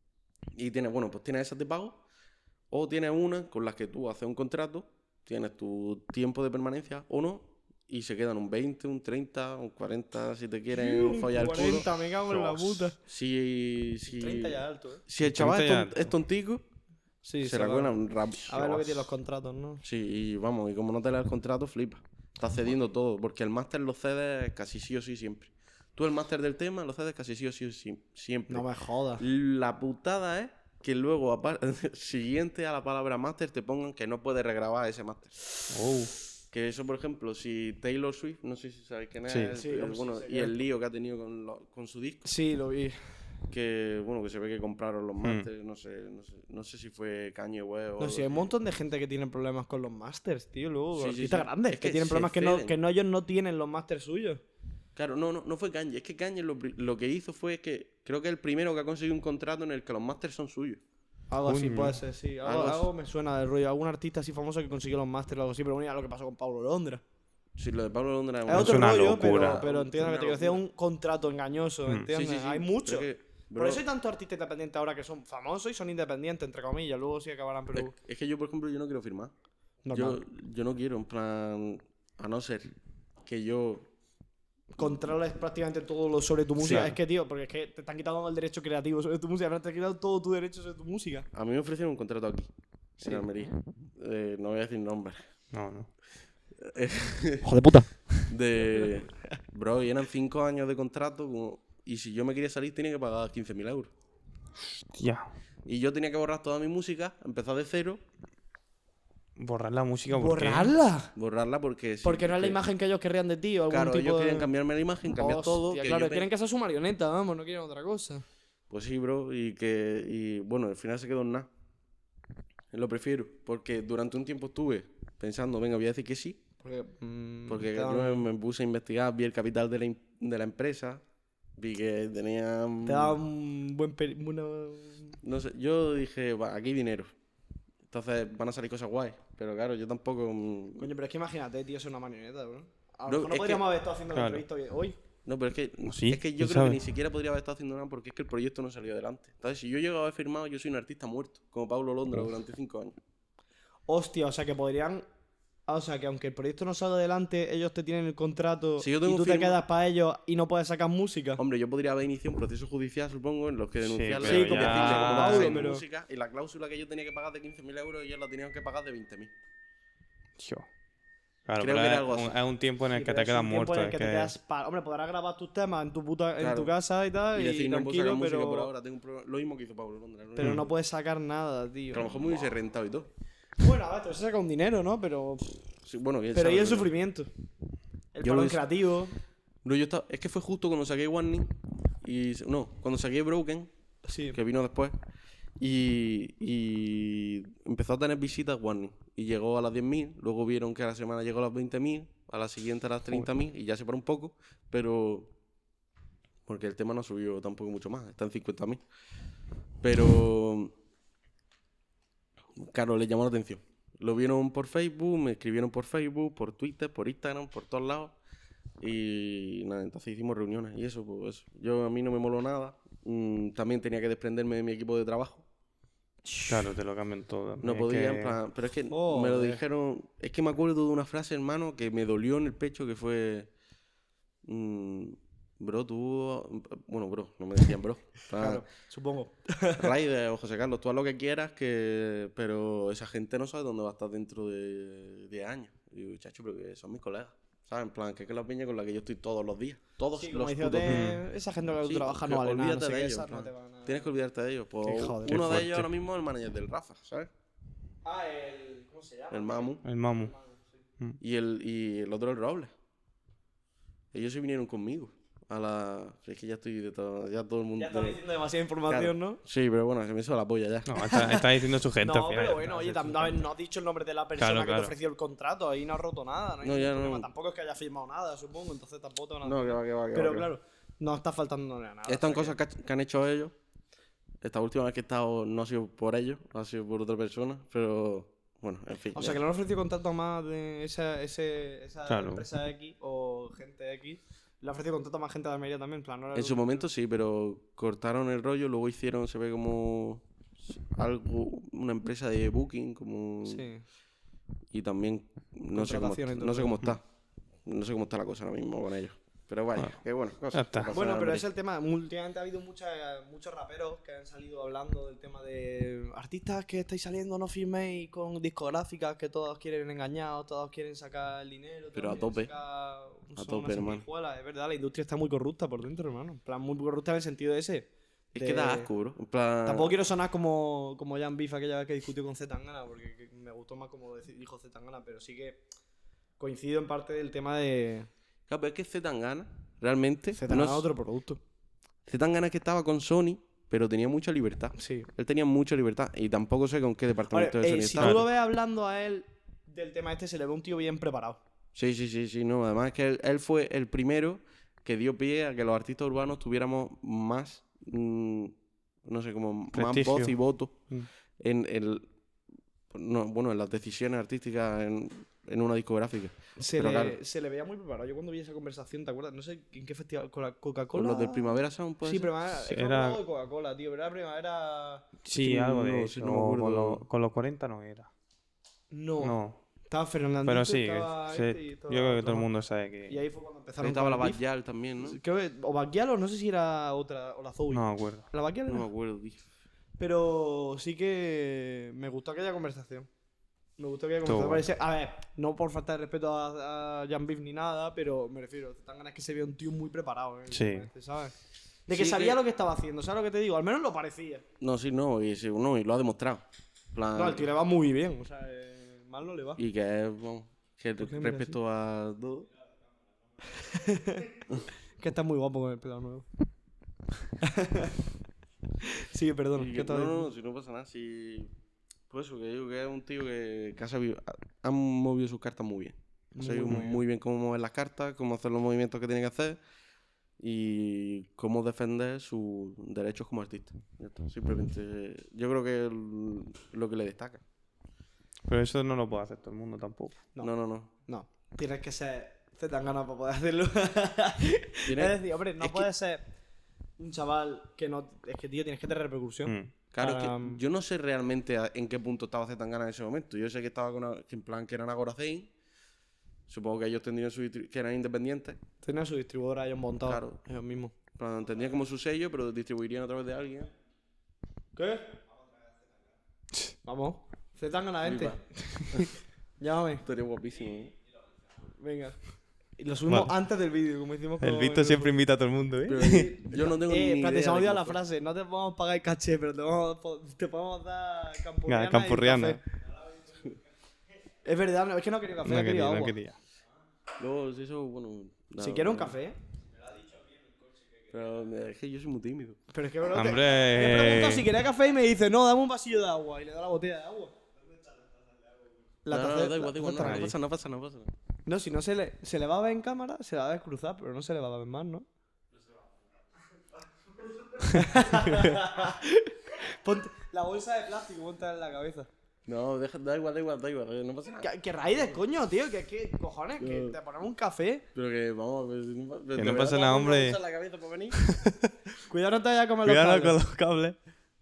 Y tienes, bueno, pues tienes esas de pago, o tienes una con las que tú haces un contrato, tienes tu tiempo de permanencia o no, y se quedan un 20, un 30, un 40, si te quieren follar el culo. 40, me cago en la puta. Si 30 ya alto, ¿eh? si el chaval 30 ya es, es tontico, Sí, se la cuela un rap. A ver lo que tienen los contratos, ¿no? Sí, y vamos, y como no te lees el contrato, flipa. Estás cediendo todo, porque el máster lo cedes casi sí o sí siempre. Tú el máster del tema lo cedes casi sí o sí siempre. No me jodas. La putada es que luego, siguiente a la palabra máster, te pongan que no puedes regrabar ese máster. Oh. Que eso, por ejemplo, si Taylor Swift, no sé si sabéis quién es, Sí. Sí, pero hombre, bueno, sí, sé y quién el es. lío que ha tenido con su disco, Sí, lo vi. que bueno, que se ve que compraron los másteres, no sé si fue Kanye West o No, algo sí, hay un así. montón de gente que tiene problemas con los masters, tío. Luego, Sí, sí, artistas sí. grandes Es que que tienen se problemas ceden. que no, ellos no tienen los masters suyos. Claro, no fue Kanye. Es que Kanye lo que hizo fue que creo que es el primero que ha conseguido un contrato en el que los másters son suyos. Algo así Coño. puede ser, sí. Algo así. Algo me suena del rollo. Algún artista así famoso que consiguió los masters o algo así. Pero mira lo que pasó con Pablo Londra. Sí, lo de Pablo Londra Es otro una rollo, locura. pero entiendo que te quiero decir. Es un contrato engañoso, ¿entiendes? Sí, sí, sí. Hay muchos. Pero que, Por bro, eso hay tantos artistas independientes ahora que son famosos y son independientes, entre comillas. Luego sí acabarán, pero... es que yo, por ejemplo, yo no quiero firmar. Normal. Yo no quiero, en plan, a no ser que yo... Controles prácticamente todo lo sobre tu música. Claro. Es que, tío, porque es que te están quitando el derecho creativo sobre tu música, pero te han quitado todo tu derecho sobre tu música. A mí me ofrecieron un contrato aquí, Sí. en Almería. No voy a decir nombres. No. Hijo de puta. Bro, y eran 5 años de contrato, y si yo me quería salir tenía que pagar 15.000 euros. Ya. Y yo tenía que borrar toda mi música, empezar de cero, Borrar la música, ¿por qué? ¿Borrarla? borrarla porque... sí, Porque no es la porque- imagen que ellos querrían de ti o algún Claro, tipo ellos de... querían cambiarme la imagen, cambiar Hostia, todo. que claro, yo quieren que sea su marioneta, vamos, no quieren otra cosa. Pues sí, bro, y bueno, al final se quedó en nada. Lo prefiero, porque durante un tiempo estuve pensando, venga, voy a decir que sí, Porque, porque te yo dan- me puse a investigar, vi el capital de la empresa, vi que tenía... te da un buen... No sé, yo dije, va, aquí hay dinero. Entonces van a salir cosas guays, pero claro, yo tampoco... Coño, pero es que imagínate, tío, ser una marioneta, bro. A lo No, mejor no es podríamos que- haber estado haciendo Claro. la entrevista hoy. No, pero es que, Sí, es que yo ¿quién creo que sabe? ni siquiera podría haber estado haciendo nada porque es que el proyecto no salió adelante. Entonces, si yo llego a haber firmado, yo soy un artista muerto, como Pablo Londra durante 5 años. Hostia, o sea que podrían... O sea que aunque el proyecto no salga adelante, ellos te tienen el contrato Si yo y tengo tú te firma- quedas para ellos y no puedes sacar música. Hombre, yo podría haber iniciado un proceso judicial, supongo, en los que Sí, denunciarle pero y decirle ya- cómo no Pablo, hacéis pero- música, y la cláusula que yo tenía que pagar de 15.000 euros, ellos la tenían que pagar de 20.000. Tío. Claro, Creo pero que era es algo así. es un tiempo en el Sí, que pero te es quedas un tiempo muerto. en el Es que te que... quedas hombre, podrás grabar tus temas en tu puta, en Claro. tu casa y tal, Y y, decir, no puedo sacar tranquilo, música pero... por ahora, tengo un problema. Lo mismo que hizo Pablo Londra. ¿no? Pero no puedes sacar nada, tío. Que a lo mejor me hubiese rentado y todo. Bueno, a ver, te se saca un dinero, ¿no? Pero... Sí, bueno, quién Pero sabe, y el pero- sufrimiento. El Yo parón lo- creativo. No, yo estaba... Es que fue justo cuando saqué Warning y... No, cuando saqué Broken, Sí. que vino después, y empezó a tener visitas Warning. Y llegó a las 10.000, luego vieron que a la semana llegó a las 20.000, a la siguiente a las 30.000, y ya se paró un poco, pero... Porque el tema no subió tampoco mucho más, está en 50.000. Pero... Claro, le llamó la atención. Lo vieron por Facebook, me escribieron por Facebook, por Twitter, por Instagram, por todos lados. Y nada, entonces hicimos reuniones y eso, pues eso. Yo a mí no me moló nada. También tenía que desprenderme de mi equipo de trabajo. Claro, te lo cambian todo. No Es podía, que- en plan... Pero es que me lo Joder. dijeron... Es que me acuerdo de una frase, hermano, que me dolió en el pecho, que fue... bro, tú... Bueno, bro, no me decían bro. En plan, Claro, supongo. Raider o José Carlos, tú haz lo que quieras, pero esa gente no sabe dónde va a estar dentro de 10 años. Y digo, chacho, pero que son mis colegas. ¿Sabes? En plan, que es la peña con la que yo estoy todos los días. Todos Sí, como los putos días. diciéndote, esa gente con la que Sí, tú trabajas que no vale nada. No olvídate sé de qué, ellos, esas en no plan. te van a... Tienes que olvidarte de ellos. Pues Qué joder. uno Qué de fuerte. ellos ahora mismo es el manager del Rafa, ¿sabes? Ah, el... ¿Cómo se llama? El Mamu. El mamu. Y el otro el Robles. Ellos se vinieron conmigo. Es que ya estoy de todo... Ya todo el mundo... Ya estás diciendo demasiada información, Claro. ¿no? Sí, pero bueno, se me hizo la polla ya. No, está diciendo su gente No, al final. pero bueno, oye, también no has dicho el nombre de la persona Claro, que claro. te ofreció el contrato, ahí no has roto nada, no hay No, ningún ya problema. no. Tampoco es que haya firmado nada, supongo, entonces tampoco te van a... No, que va, que va, que va. Pero que va. claro, no está faltando nada. Estas son cosas que han hecho ellos. Esta última vez que he estado no ha sido por ellos, ha sido por otra persona, pero bueno, en fin. O sea, ya. que no le han ofrecido contrato más de esa Claro. empresa X o gente X. Le ha ofrecido contrato a más gente de Almería también, en plan, no En su momento sí, pero cortaron el rollo, luego hicieron, se ve como algo, una empresa de booking, como... Sí. Y también no sé cómo, Contratación y todo no sé eso. cómo está. No sé cómo está la cosa ahora mismo con ellos. Pero vaya, Bueno, qué bueno. Cosas ya está. que pasan Bueno, en pero Almería. es el tema. Últimamente ha habido muchos raperos que han salido hablando del tema de artistas que estáis saliendo, no firméis con discográficas que todos quieren engañar, todos quieren sacar el dinero. Pero todos a tope. quieren sacar A son tope, unas hermano. sanguijuelas. Es verdad, la industria está muy corrupta por dentro, hermano. En plan, muy corrupta en el sentido ese. Es que da asco, bro. En plan... Tampoco quiero sonar como Jan Biff aquella vez que discutió con Zetangana, porque me gustó más como dijo Zetangana, pero sí que coincido en parte del tema de Claro, pero es que Zetangana, realmente... Zetangana no es- otro producto. Zetangana es que estaba con Sony, pero tenía mucha libertad. Sí. Él tenía mucha libertad y tampoco sé con qué departamento de Sony si estaba. tú lo ves hablando a él del tema este, se le ve un tío bien preparado. Sí, no. Además es que él fue el primero que dio pie a que los artistas urbanos tuviéramos más, no sé, como más Prestigio. voz y voto Mm. en en las decisiones artísticas en una discográfica. Pero claro. Se le veía muy preparado. Yo cuando vi esa conversación, ¿te acuerdas? No sé en qué festival, con la Con Coca-Cola. los del Primavera Sound, pues. Sí, primavera. Sí, Es que era- era de Coca-Cola, tío. Pero era primavera. Sí, que algo de no, eso. sí, no me acuerdo. Con los 40 no era. No. No. Estaba Fernandito, Pero sí, estaba sí, este y yo estaba creo que otro todo el más. mundo sabe que... Y ahí fue cuando Ahí empezaron estaba la con el beef. Backyal también, ¿no? Creo que o Bacchial o no sé si era otra, o la Zoe. No me acuerdo. La Bacchial No era. me acuerdo, tío. Pero sí que me gustó aquella conversación. Me gustó aquella Estuvo conversación. A ver, no por falta de respeto a Jan Beef ni nada, pero me refiero, tan ganas que se ve un tío muy preparado, Sí. ¿sabes? De que Sí, sabía que- lo que estaba haciendo, ¿sabes lo que te digo? Al menos lo parecía. No, sí, no, y lo ha demostrado. En plan, No, el tío le va muy bien, o sea, mal no le va. y que es, vamos, que Pues mira, respecto a todo. Que está muy guapo con el pelo nuevo. Sí, perdón. Y ¿Qué que- estaba no, diciendo? no, si no pasa nada, si. Pues eso, que digo que es un tío que ha sabido. Ha movido sus cartas muy bien. Ha sabido muy bien cómo mover las cartas, cómo hacer los movimientos que tiene que hacer y cómo defender sus derechos como artista. Ya está. Simplemente. Yo creo que es lo que le destaca. Pero eso no lo puede hacer todo el mundo tampoco. No. No. No, tienes que ser Zetangana para poder hacerlo. Tienes- Es decir, hombre, no es que- puedes ser un chaval que no. Es que, tío, tienes que tener repercusión. Mm. Claro, es Para- que yo no sé realmente en qué punto estaba Zetangana en ese momento. Yo sé que estaba que en plan que eran Agora Zane. Supongo que ellos tendrían que eran independientes. Tienen su distribuidora ellos montados. Claro. Ellos mismos. En plan, tendrían como su sello, pero distribuirían a través de alguien. ¿Qué? Vamos. Zetangana, vente. Flipa. Llámame. Estaría guapísimo, ¿eh? Venga. Y lo subimos Vale. antes del vídeo, como hicimos con El Víctor siempre invita a todo el mundo, ¿eh? Pero yo no tengo ni espérate, idea se me ha de olvidado la cómo fue. frase. No te podemos pagar el caché, pero te podemos dar campurriana. y Campurriana. café. Es verdad, no, es que no quería café, No he querido quería, no agua. quería. Luego, si eso, bueno. nada, Si quieres un no. café. Pero es que yo soy muy tímido. Pero es que, bro, Hombre. le pregunto si quería café y me dice, no, dame un vasillo de agua. Y le da la botella de agua. La No, taza- da igual, la da igual, taza ahí. no pasa. No, si no se le va a ver en cámara, se la va a ver cruzar, pero no se le va a ver más, ¿no? Ponte la bolsa de plástico, ponte en la cabeza. No, da igual, no pasa nada. ¿Qué raíces, coño, tío? ¿Qué cojones? Que te ponemos un café. Pero que vamos a ver. Que no pasa nada, hombre. La cabeza para venir. Cuidado, no te vayas a comer los Cuidado cables. con los cables.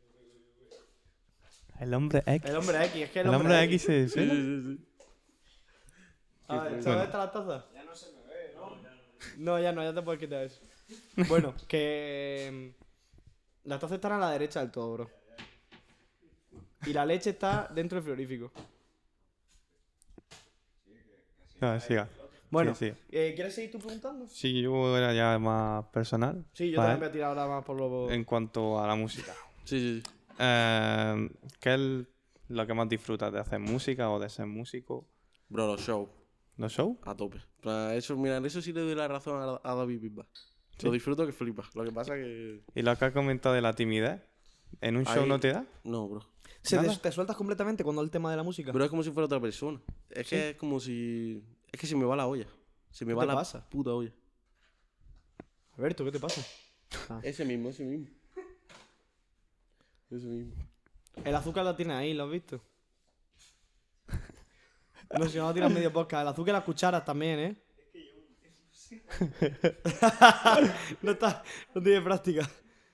El hombre X. El hombre X, es que El hombre X se suena. Sí. A ver, Bueno. ¿sabes está la taza? Ya no se me ve, ¿no? No, ya te puedes quitar eso. Bueno, que. La taza está a la derecha del todo, bro. Y la leche está dentro del frigorífico. No, siga. Bueno, Sí, sí. ¿quieres seguir tú preguntando? Sí, yo era ya más personal. Sí, yo ¿vale? también voy a tirar ahora más por lo. En cuanto a la música. Sí. ¿Qué es lo que más disfrutas de hacer música o de ser músico? Bro, los shows. ¿Los shows? A tope. Para eso, mira, en eso sí le doy la razón a David Bisbal. Lo disfruto que flipas. Lo que pasa que. ¿Y lo que has comentado de la timidez? ¿En un show Ahí- no te da? No, bro. ¿Te sueltas completamente cuando el tema de la música? Pero es como si fuera otra persona. Es que es como si. Es que se me va la olla. Se me ¿Qué va te la pasa? puta olla. Alberto, ¿qué te pasa? Ese mismo. Ese mismo. El azúcar la tienes ahí, ¿lo has visto? No, si no lo tiras medio podcast. El azúcar y las cucharas también, ¿eh? No tiene práctica.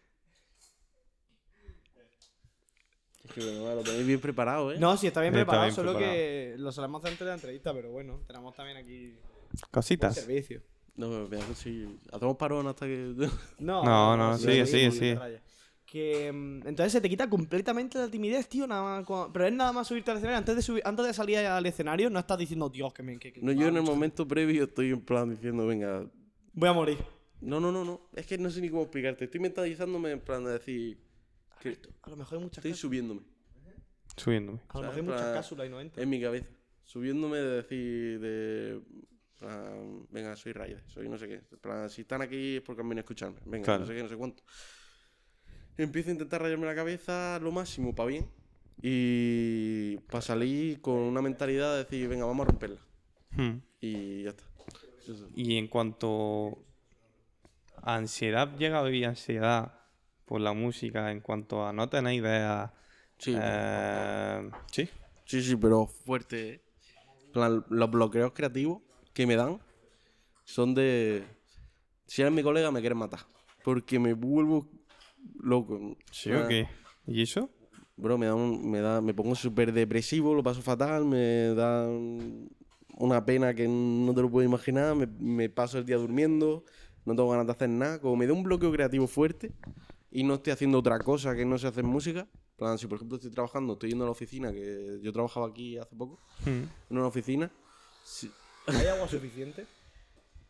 Es que bueno, lo tenéis bien preparado, ¿eh? No, sí, está bien Está preparado, bien solo preparado. que lo solemos hacer antes de la entrevista, pero bueno, tenemos también aquí Cositas. servicio. No, pero mira, que sí. Hacemos parón hasta que. No, sigue, sigue. Que entonces se te quita completamente la timidez, tío, nada más pero es nada más subirte al escenario. Antes de salir al escenario, no estás diciendo, Dios, que No, yo en el momento previo estoy en plan diciendo, venga. voy a morir. No. Es que no sé ni cómo explicarte. Estoy mentalizándome en plan de decir. Que A lo mejor hay muchas estoy cápsulas. subiéndome. Subiéndome. A lo mejor hay en muchas plan, cápsulas y no entra. En mi cabeza. Subiéndome de decir. Venga, soy Raider, soy no sé qué. En plan, si están aquí es porque han venido a escucharme. Venga, Claro. no sé qué, no sé cuánto. Empiezo a intentar rayarme la cabeza lo máximo para bien. Y para salir con una mentalidad de decir, venga, vamos a romperla. Hmm. Y ya está. Eso. Y en cuanto a ansiedad, ¿llega a vivir ansiedad por la música en cuanto a no tener idea? Sí, Sí. sí, pero fuerte. ¿Eh? En plan, los bloqueos creativos que me dan son de... Si eres mi colega me quieres matar. Porque me vuelvo loco. ¿Sí o qué? ¿Y eso? Bro, me pongo súper depresivo, lo paso fatal, me da una pena que no te lo puedo imaginar, me paso el día durmiendo, no tengo ganas de hacer nada. Como me da un bloqueo creativo fuerte y no estoy haciendo otra cosa que no sé hacer música, en plan, si por ejemplo estoy trabajando, estoy yendo a la oficina, que yo trabajaba aquí hace poco, Hmm. en una oficina, si- ¿Hay agua suficiente?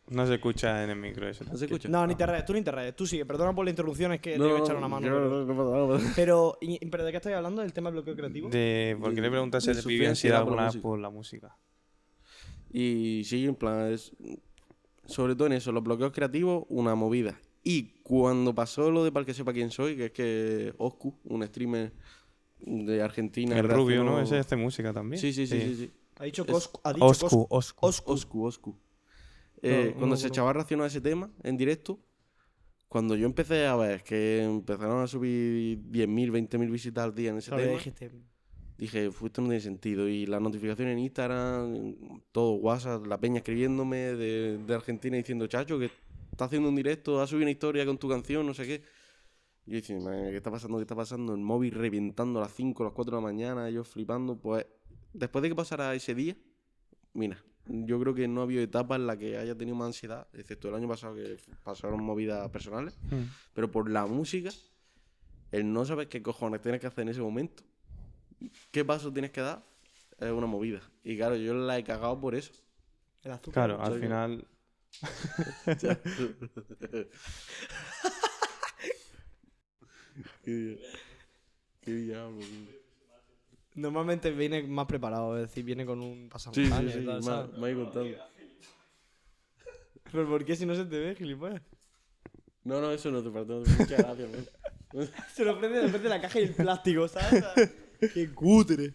No se escucha en el micro eso. ¿No se escucha? No, ni te rayes, tú ni te rayes. Tú sigue, perdona por la interrupción, es que te No, iba a echar una mano. Pero, ¿pero de qué estáis hablando? ¿Del tema del bloqueo creativo? Porque le preguntas si de te sufrir vivió ansiedad ansiedad por la alguna vez música. por la música. Y sí, en plan, sobre todo en eso, los bloqueos creativos, una movida. Y cuando pasó lo de Para el que sepa quién soy, que es que Oscu, un streamer de Argentina... El rubio, ¿no? reaccionó- Ese hace música también. Sí. Ha dicho Es- Coscu. Ha dicho Oscu. Oscu. No Cuando me se acuerdo. echaba a reaccionar a ese tema en directo, cuando yo empecé a ver que empezaron a subir 10.000, 20.000 visitas al día en ese Claro, ya tema, dijiste. dije, esto no tiene sentido. Y las notificaciones en Instagram, todo WhatsApp, la peña escribiéndome de Argentina diciendo, chacho, que está haciendo un directo, ha subido una historia con tu canción, no sé qué. Y yo diciendo, "Madre mía, ¿qué está pasando? ¿Qué está pasando? El móvil reventando a las 5, a las 4 de la mañana, yo flipando. Pues después de que pasara ese día, mira, yo creo que no ha habido etapa en la que haya tenido más ansiedad, excepto el año pasado que pasaron movidas personales. Pero por la música, el no saber qué cojones tienes que hacer en ese momento, qué paso tienes que dar, es una movida. Y claro, yo la he cagado por eso. El azúcar. Claro, al Soy- final. Qué diablo, tío. Normalmente viene más preparado, es decir, viene con un Sí, pasamontaña sí, y tal, me ¿sabes? ha ido contando. ¿Pero por qué si no se te ve, gilipollas? No, eso no te faltó. Muchas gracias, man. Se lo prende después de la caja y el plástico, ¿sabes? ¡Qué cutre!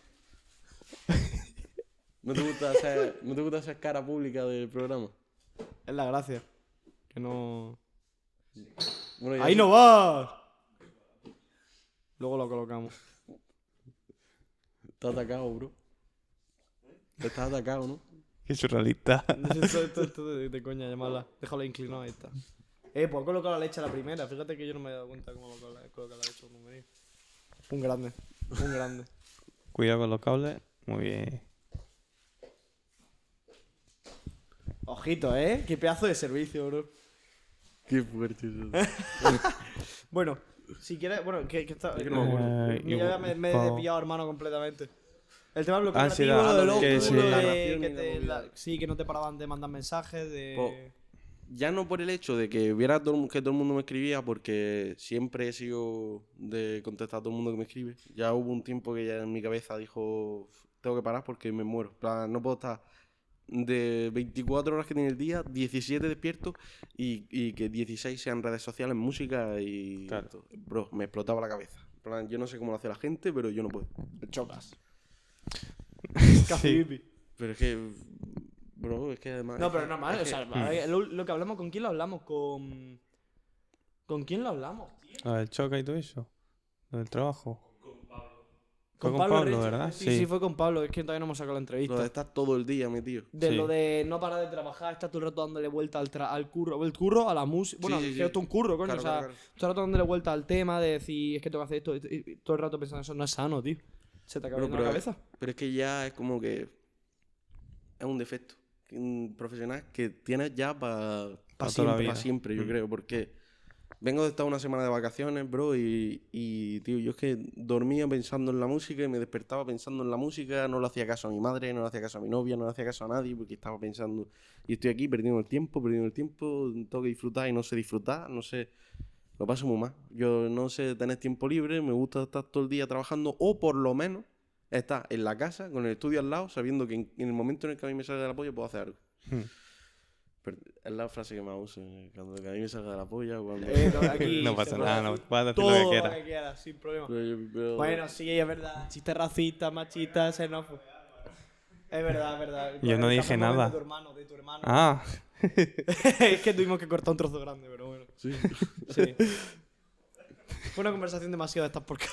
¿No te gusta hacer cara pública del programa? Es la gracia. Que no... Bueno, ya ¡Ahí sí. no vas! Luego lo colocamos. Estás atacado, bro. Estás atacado, ¿no? Qué surrealista. Esto de coña, llamarla. Déjalo inclinado, ahí está. Pues he colocado la leche a la primera. Fíjate que yo no me he dado cuenta cómo colocar la leche cuando me venía. Un grande. Cuidado con los cables. Muy bien. Ojito, ¿eh? Qué pedazo de servicio, bro. Qué fuerte eso. Bueno, si quieres... Bueno, que está... Es que no me acuerdo. Ya me he desviado, hermano, completamente. El tema del bloqueo Ansiedad, creativo, lo de que loco, sí. lo La de narración que y la movida. sí, que no te paraban de mandar mensajes, de... Ya no por el hecho de que viera que todo el mundo me escribía, porque siempre he sido de contestar a todo el mundo que me escribe. Ya hubo un tiempo que ya en mi cabeza dijo, tengo que parar porque me muero. En plan, no puedo estar de 24 horas que tiene el día, 17 despierto y que 16 sean redes sociales, música y... Claro. todo. Bro, me explotaba la cabeza. En plan, yo no sé cómo lo hace la gente, pero yo no puedo. Chocas. Sí. Pero es que... Bro, es que además... No, es pero que- normal, es o que- sea, lo que hablamos, ¿con quién lo hablamos? ¿Con quién lo hablamos? Lo del choque y todo eso. Lo del trabajo. Fue Con con Pablo, Reche. ¿verdad? Sí, fue con Pablo, es que todavía no hemos sacado la entrevista. Lo de estar todo el día metido. De Sí. lo de no parar de trabajar, estar todo el rato dándole vuelta al curro. El curro, a la música. Bueno, Sí, sí, que sí. esto es un curro, coño. Claro, o sea, claro. todo el rato dándole vuelta al tema de decir, es que tengo que hacer esto. Y todo el rato pensando eso no es sano, tío. Se te acaba Bro, yendo la cabeza. Pero es que ya es como que es un defecto profesional que tienes ya para Pa' toda la siempre, vida. siempre, yo creo, porque vengo de estar una semana de vacaciones, bro, y tío, yo es que dormía pensando en la música y me despertaba pensando en la música, no le hacía caso a mi madre, no le hacía caso a mi novia, no le hacía caso a nadie, porque estaba pensando, y estoy aquí perdiendo el tiempo, tengo que disfrutar y no sé disfrutar, no sé, lo paso muy mal. Yo no sé tener tiempo libre, me gusta estar todo el día trabajando, o por lo menos estar en la casa, con el estudio al lado, sabiendo que en el momento en el que a mí me salga de la polla puedo hacer algo. Hmm. Pero es la frase que más uso, cuando a mí me salga de la polla, cuando... No, aquí No se pasa puede nada, no decir puedes decir todo lo que lo quieras. que quieras, sin problema. Pero- Bueno, sí, es verdad. Chiste racista, machista, xenófobo. Es verdad, es verdad. Yo no dije nada. De tu hermano. Ah, Es que tuvimos que cortar un trozo grande, pero bueno. Sí. Sí. Fue una conversación demasiado de estas por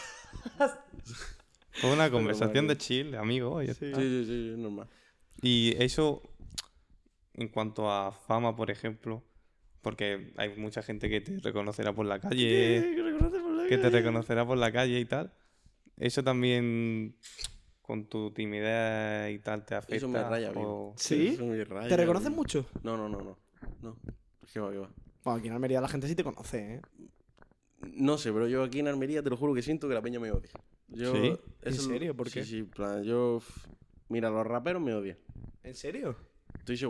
fue una conversación vale. de chill, amigo. Ya Sí, está. es normal. Y eso, en cuanto a fama, por ejemplo, porque hay mucha gente que te reconocerá por la calle, que te reconocerá por la calle y tal. Eso también, con tu timidez y tal, te afecta. Eso me raya, o- vivo. ¿Sí? Eso me raya, ¿Te reconocen vivo. mucho? No. No. ¿Qué va, qué va? Bueno, aquí en Almería la gente sí te conoce, ¿eh? No sé, pero yo aquí en Almería te lo juro que siento que la peña me odia. Yo, ¿Sí? ¿En serio? ¿Por qué? Sí, en plan, yo... Mira, los raperos me odian. ¿En serio? Estoy seguro. En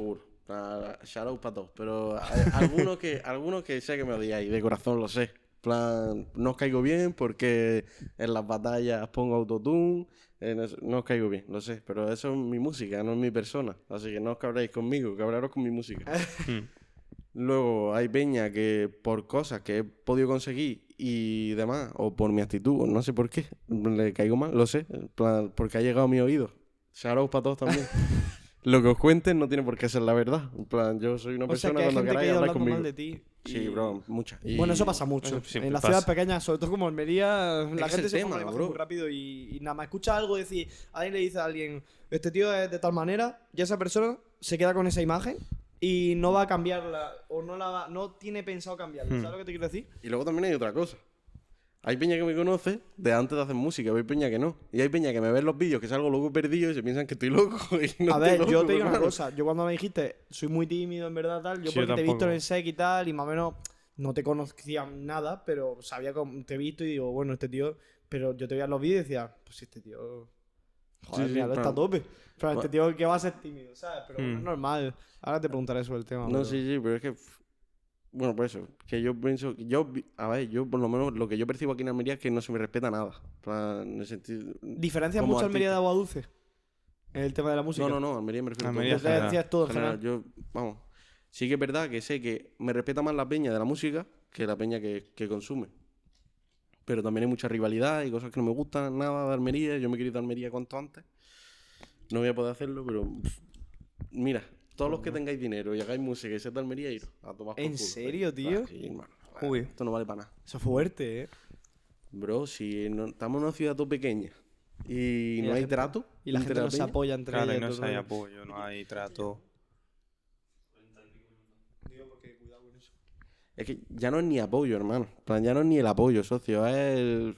Shout out para todos. Pero hay algunos que sé que me odiáis, de corazón lo sé. En plan, no os caigo bien porque en las batallas pongo autotune. No os caigo bien, lo sé. Pero eso es mi música, no es mi persona. Así que no os cabréis conmigo, cabraros con mi música. Luego hay peña que por cosas que he podido conseguir y demás, o por mi actitud, o no sé por qué, le caigo mal, lo sé. En plan, porque ha llegado a mi oído. Shout out para todos también. Lo que os cuenten no tiene por qué ser la verdad. En plan, yo soy una O sea, persona que hay cuando gente que ha queráis ido hablar hablando conmigo. mal de ti. Sí, y- bro, muchas. Bueno, eso pasa mucho. Eso siempre En las pasa. ciudades pequeñas, sobre todo como Almería, la que es gente el se tema, forma la imagen bro. muy rápido y nada más escucha algo decir, alguien le dice a alguien, este tío es de tal manera, y esa persona se queda con esa imagen y no va a cambiarla, o no tiene pensado cambiarla. ¿Sabes lo que te quiero decir? Y luego también hay otra cosa. Hay peña que me conoce de antes de hacer música, hay peña que no. Y hay peña que me ve en los vídeos que salgo loco perdido y se piensan que estoy loco. Y no A estoy ver, yo loco, te digo una hermano. cosa. Yo cuando me dijiste, soy muy tímido, en verdad, tal. Yo Sí, yo porque te he visto en tampoco. el SEC y tal, y más o menos no te conocía nada, pero sabía cómo te he visto y digo, bueno, este tío. Pero yo te veía en los vídeos y decía, pues este tío. Joder, Sí, míralo, está a claro. tope. Pero este tío que va a ser tímido, ¿sabes? Pero bueno, es Hmm. normal. Ahora te preguntaré sobre el tema. No, pero- sí, pero es que... Bueno, pues eso. Que yo pienso... A ver, yo por lo menos lo que yo percibo aquí en Almería es que no se me respeta nada. En plan, en el sentido... ¿Diferencias como mucho Almería de artista. Agua Dulce? En el tema de la música. No, Almería me refiero a todo. Almería general. Diferencias todo en general. Yo, vamos, sí que es verdad que sé que me respeta más la peña de la música que la peña que consume. Pero también hay mucha rivalidad y cosas que no me gustan nada de Almería. Yo me quiero ir de Almería cuanto antes. No voy a poder hacerlo, pero mira, todos los que tengáis dinero y hagáis música y seáis de Almería, iros a tomar por ¿En culo. serio, tío? Sí, hermano. Uy. Esto no vale para nada. Eso es fuerte, ¿eh? Bro, si estamos en una ciudad todo pequeña y no la hay gente- trato Y la entre gente no se peña, apoya entre Claro, y ellas. no todo se el hay rollo. apoyo, no hay trato. es que ya no es ni apoyo, hermano. En plan, ya no es ni el apoyo, socio. Es el...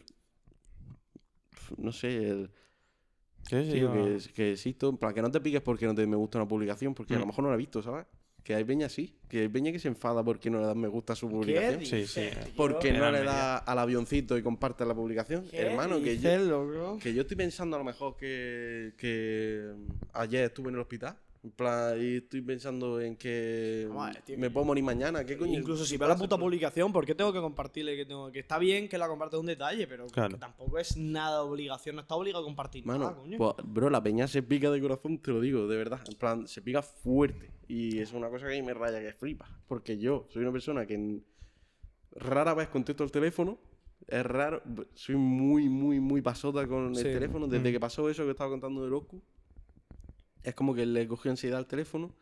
No sé, el... ¿Qué Tío, que existo. En plan, que no te piques porque no te me gusta una publicación, porque a lo mejor no la he visto, ¿sabes? Que hay peña sí. Que hay peña que se enfada porque no le das me gusta a su publicación. ¿Qué Sí, dices, sí. tío? Porque En no le Almería. da al avioncito y comparte la publicación. ¿Qué Hermano, dices, loco? que yo estoy pensando a lo mejor que ayer estuve en el hospital. En plan, y estoy pensando en que Vamos a ver, tío, me puedo morir mañana. ¿Qué coño? Incluso si ¿Qué veo la pasa? puta publicación, ¿por qué tengo que compartirle? Que está bien que la compartas un detalle, pero Claro. que tampoco es nada obligación. No está obligado a compartir nada, Mano, coño. pues, bro, la peña se pica de corazón, te lo digo, de verdad. En plan, se pica fuerte. Y es una cosa que a mí me raya, que flipa. Porque yo soy una persona que rara vez contesto el teléfono. Es raro. Soy muy pasota con Sí. el teléfono. Desde que pasó eso que estaba contando de Roku, es como que le cogió ansiedad al teléfono.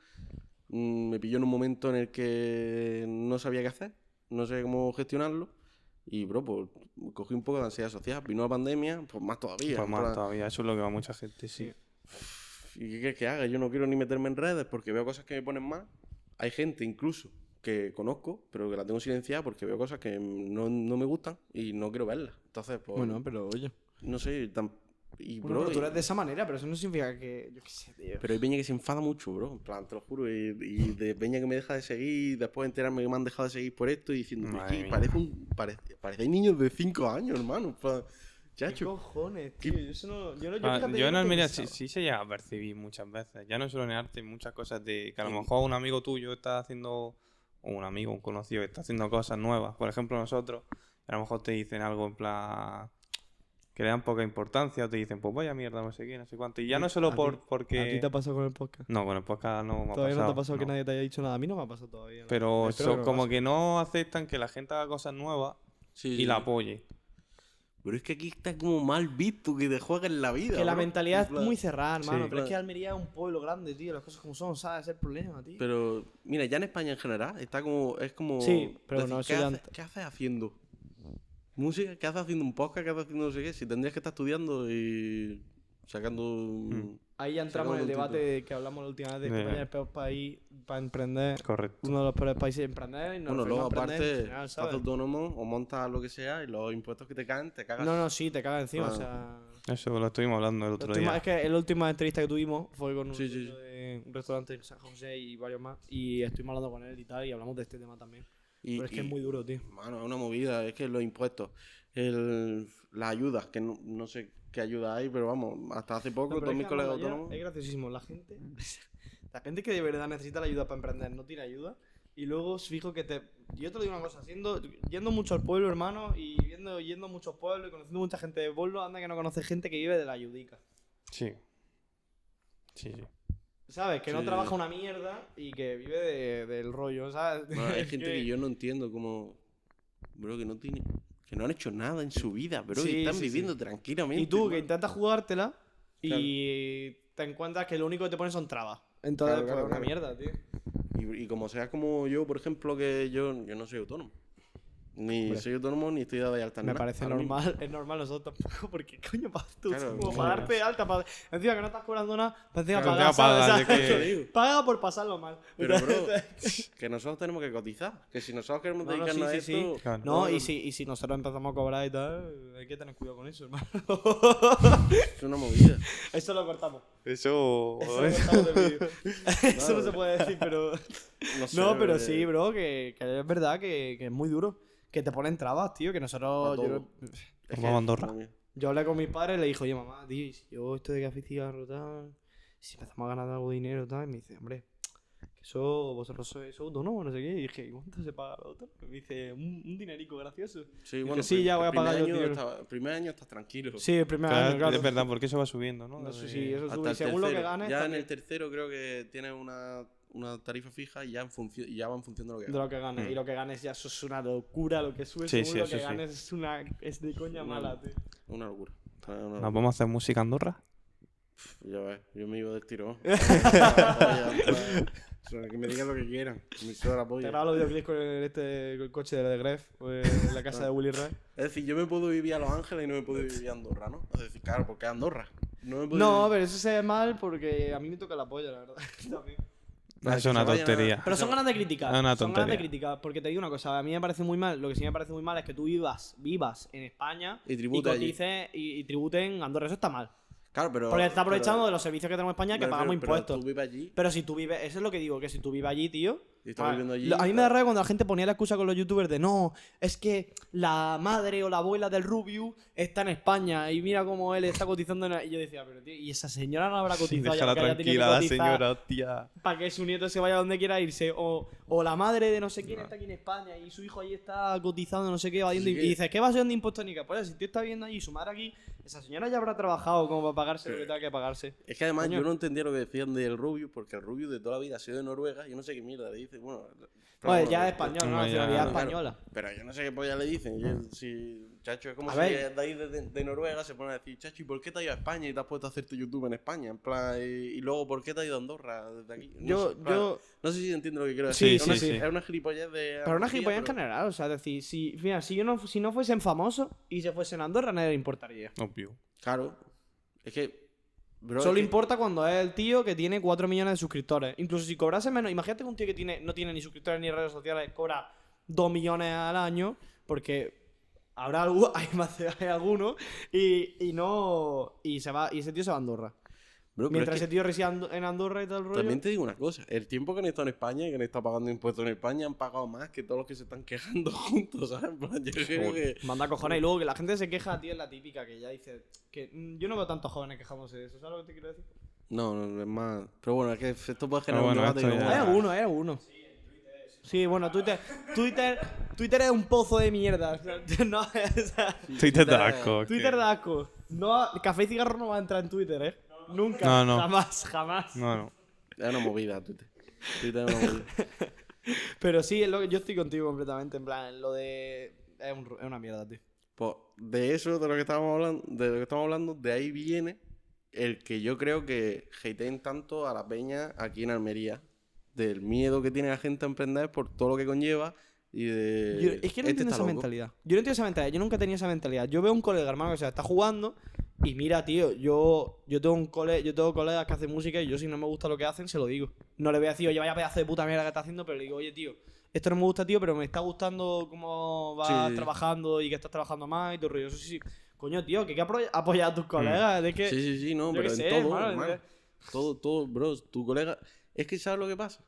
Me pilló en un momento en el que no sabía qué hacer. No sé cómo gestionarlo. Y, bro, pues cogí un poco de ansiedad social. Vino la pandemia, pues más todavía. Pues en más plan, todavía, eso es lo que va mucha gente, sí. ¿y qué quieres que haga? Yo no quiero ni meterme en redes porque veo cosas que me ponen mal. Hay gente incluso que conozco, pero que la tengo silenciada porque veo cosas que no me gustan y no quiero verlas. Entonces, pues, Bueno, pero oye. no sé, y Bueno, bro, pero tú eres de esa manera, pero eso no significa que. Yo qué sé, tío. pero hay peña que se enfada mucho, bro. En plan, te lo juro. Y de peña que me deja de seguir, después de enterarme que me han dejado de seguir por esto y diciendo, Madre "Es que mía. parecéis niños de 5 años, hermano. En plan, ¿Qué chacho. cojones, tío? Yo eso no. Yo Ah, fíjate, yo en no Almería sí, pensaba. sí se llega a percibir muchas veces. Ya no solo en arte, muchas cosas de que a lo mejor un amigo tuyo está haciendo, o un amigo, un conocido, está haciendo cosas nuevas. Por ejemplo, nosotros, a lo mejor te dicen algo en plan que le dan poca importancia o te dicen, pues vaya mierda, no sé qué, no sé cuánto. Y ya no solo ¿A ti- ¿A ti porque... te ha pasado con el podcast? No, con el podcast no me ha Todavía no te ha pasado. pasado que no. nadie te haya dicho nada. A mí no me ha pasado todavía. ¿no? Pero Espero que me como pase. que no aceptan que la gente haga cosas nuevas Sí, y sí, la sí. apoye. Pero es que aquí está como mal visto que te juegues la vida. Que la bro. mentalidad En es plan- muy cerrada, hermano. Sí. Pero es que Almería es un pueblo grande, tío. Las cosas como son, ¿sabes? Es el problema, tío. Pero, mira, ya en España en general está como. Es como. Sí, pero no, eso ¿qué, ya ¿qué haces haciendo? ¿Música? ¿Qué haces haciendo un podcast? ¿Qué haces haciendo no sé qué? Si tendrías que estar estudiando y sacando. Ahí ya entramos en el Sacamos un debate que hablamos la última vez de que De- España es el peor país para emprender. Correcto. Uno de los peores países de emprender. Y no Bueno, luego emprender en aparte, general, te ¿sabes? haces autónomo o montas lo que sea y los impuestos que te caen te cagas. No, sí, te cagas encima. Ah. O sea. Eso lo estuvimos hablando el otro día. Es que la última entrevista que tuvimos fue con un, Sí, sí, dueño de un restaurante en San José y varios más. Y estuvimos hablando con él y tal. Y hablamos de este tema también. Pero es que es muy duro, tío. Mano, es una movida, es que los impuestos, las ayudas, que no sé qué ayuda hay, pero vamos, hasta hace poco No, pero todos es mis que colegas además allá autónomos. es graciosísimo. La gente La gente que de verdad necesita la ayuda para emprender no tiene ayuda. Y luego fijo que te... Yo te digo una cosa, yendo mucho al pueblo, hermano, y yendo a muchos pueblos y conociendo mucha gente de pueblo, anda que no conoce gente que vive de la ayudica. Sí. Sí. ¿Sabes? Que no Sí. trabaja una mierda y que vive del rollo, ¿sabes? Bueno, hay gente que yo no entiendo cómo... Bro, que no han hecho nada en su vida, bro. Sí, Y están sí, viviendo tranquilamente. Y tú, que hermano. intentas jugártela y te encuentras que lo único que te ponen son trabas. Entonces, Claro, claro, pues, una claro. mierda, tío. Y como seas como yo, por ejemplo, que yo no soy autónomo. Ni Hombre. soy autónomo ni estoy dado de alta en Me nada, parece ahora mismo. normal, es normal nosotros tampoco, porque coño, tú, Claro, como sí. para darte de alta, encima que no estás cobrando nada, para encima Claro, pagar, encima pagas, ¿sabes? es que- digo. Paga por pasarlo mal. Pero, bro, que nosotros tenemos que cotizar. Que si nosotros queremos No, no, dedicarnos sí, a sí, esto... sí. Claro. No, y si nosotros empezamos a cobrar y tal, hay que tener cuidado con eso, hermano. Es una movida. Eso lo cortamos. Eso... Eso lo cortamos del vídeo. Eso no se puede decir, pero... No, sé, No, pero sí, bro, que es verdad que es muy duro. Que te ponen trabas, tío, que A nosotros... todo. Nos vamos a Andorra. Yo hablé con mis padres y le dije, oye, mamá, tío, y si yo esto de café y cigarro, tal, si empezamos a ganar algo de dinero, tal, y me dice, hombre, que eso, vosotros sois autónomos, no sé qué, y dije, ¿y cuánto se paga lo otro? Y me dice, un dinerico gracioso. Sí, Dije, bueno, sí, ya voy a pagar yo, tío. El primer año estás tranquilo. Sí, el primer Claro, año, claro. es verdad, porque eso va subiendo, ¿no? No sé De- si eso Hasta sube, y el según lo que tercero. ganes, Ya en también el tercero creo que tienes una tarifa fija y ya, ya va en función de lo que de ganes. lo que ganes. Mm. Y lo que ganes ya eso es una locura, lo que sube Sí, según sí, lo eso que sí. ganes es de coña Una mala, locura. tío. Una locura. Una ¿Nos locura. vamos a hacer música a Andorra? Ya ves, yo me iba del tirón. Que me digan lo que quieran. Mi suegra Te polla. grabo los videoclips con el coche de Gref, o en la casa de Willy Ray. Es decir, yo me puedo vivir a Los Ángeles y no me puedo vivir a Andorra, ¿no? Es decir, claro, porque es Andorra. No me puedo No, vivir- pero eso se ve mal porque a mí me toca la polla, la verdad. También. Vale, Es que una se vayan a- tontería. Pero son ganas de criticar. Es una Son ganas de tontería. criticar. Porque te digo una cosa, a mí me parece muy mal. Lo que sí me parece muy mal es que tú vivas en España Y tributes allí. cotices y tributes en Andorra. Eso está mal. Claro, pero... Porque está aprovechando pero- de los servicios que tenemos en España que me pagamos refiero, pero impuestos. Tú vives allí Pero si tú vives, eso es lo que digo, que si tú vives allí, tío. y estás Ah, viviendo allí... a mí me da rabia cuando la gente ponía la excusa con los youtubers de no, es que la madre o la abuela del Rubius está en España y mira cómo él está cotizando en... Y yo decía, pero tío, y esa señora no habrá cotizado ya Déjala que haya tenido que tranquila, la cotizar señora, hostia. para que su nieto se vaya donde quiera irse. O la madre de no sé quién está aquí en España y su hijo allí está cotizando no sé qué, va yendo Sí y que- dices, ¿qué va a ser de impuestos ni qué? Pues si tú estás viendo allí y su madre aquí, esa señora ya habrá trabajado como para pagarse lo que tenga que pagarse. Es que además Coño. yo no entendía lo que decían del Rubius, porque el Rubius de toda la vida ha sido de Noruega y yo no sé qué mierda le dice. Bueno, pero Pues bueno, ya es español, ¿no? Hombre, ya, Nacionalidad claro. española. Pero yo no sé qué polla le dicen. Si, chacho, es como A si ver. de ahí de Noruega se pone a decir, chacho, ¿y por qué te has ido a España y te has puesto a hacer tu YouTube en España? En plan, y luego, ¿por qué te has ido a Andorra desde aquí? No sé si entiendo lo que quiero Sí, decir. sí, Es una- sí. Es una gilipollez de... Pero una Andalucía, gilipollez en pero- general, o sea, es decir, si no fuesen famosos y se fuesen a Andorra, a nadie le importaría. Obvio. Claro. Es que... Bro, Solo es que- importa cuando es el tío que tiene 4 millones de suscriptores. Incluso si cobrase menos, imagínate que un tío que no tiene ni suscriptores ni redes sociales cobra 2 millones al año, porque habrá hay algunos, y no. Y ese tío se va a Andorra. Bro, pero Mientras es que- ese tío reside en Andorra y todo el rollo. También te digo una cosa, el tiempo que han estado en España y que han estado pagando impuestos en España han pagado más que todos los que se están quejando juntos, ¿sabes? En plan, yo creo que... Manda cojones. Y luego que la gente se queja, tío, es la típica que ya dice. Que yo no veo tantos jóvenes quejándose de eso, ¿sabes lo que te quiero decir? No, es más... Pero bueno, es que esto puede generar Pero un bueno, debate. esto y luego- ya- Hay algunos. Sí, bueno, Twitter es un pozo de mierda. O sea, no, o sea, Twitter de asco. Twitter da asco. No, Café y Cigarro no va a entrar en Twitter, ¿eh? Nunca. No, no. Jamás. No, no. Es una movida, Twitter. Twitter es una movida. Pero sí, es lo que yo estoy contigo completamente. En plan, lo de. Es una mierda, tío. Pues de eso, de lo que estamos hablando, de ahí viene el que yo creo que hateen tanto a la peña aquí en Almería. Del miedo que tiene la gente a emprender por todo lo que conlleva y de... Es que no Este entiendo está esa loco. mentalidad. Yo no entiendo esa mentalidad. Yo nunca he tenido esa mentalidad. Yo veo un colega, hermano, que se está jugando. Y mira, tío, yo tengo colegas que hacen música y yo si no me gusta lo que hacen, se lo digo. No le voy a decir, oye, vaya pedazo de puta mierda que está haciendo, pero le digo, oye, tío, esto no me gusta, tío, pero me está gustando cómo vas Sí. trabajando y que estás trabajando más y todo el rollo. Eso sí, sí. Coño, tío, que hay que apoyar a tus colegas. De que, Sí, no, yo pero qué en sé, todo, hermano, hermano. Todo, bro, tu colega... Es que ¿sabes lo que pasa?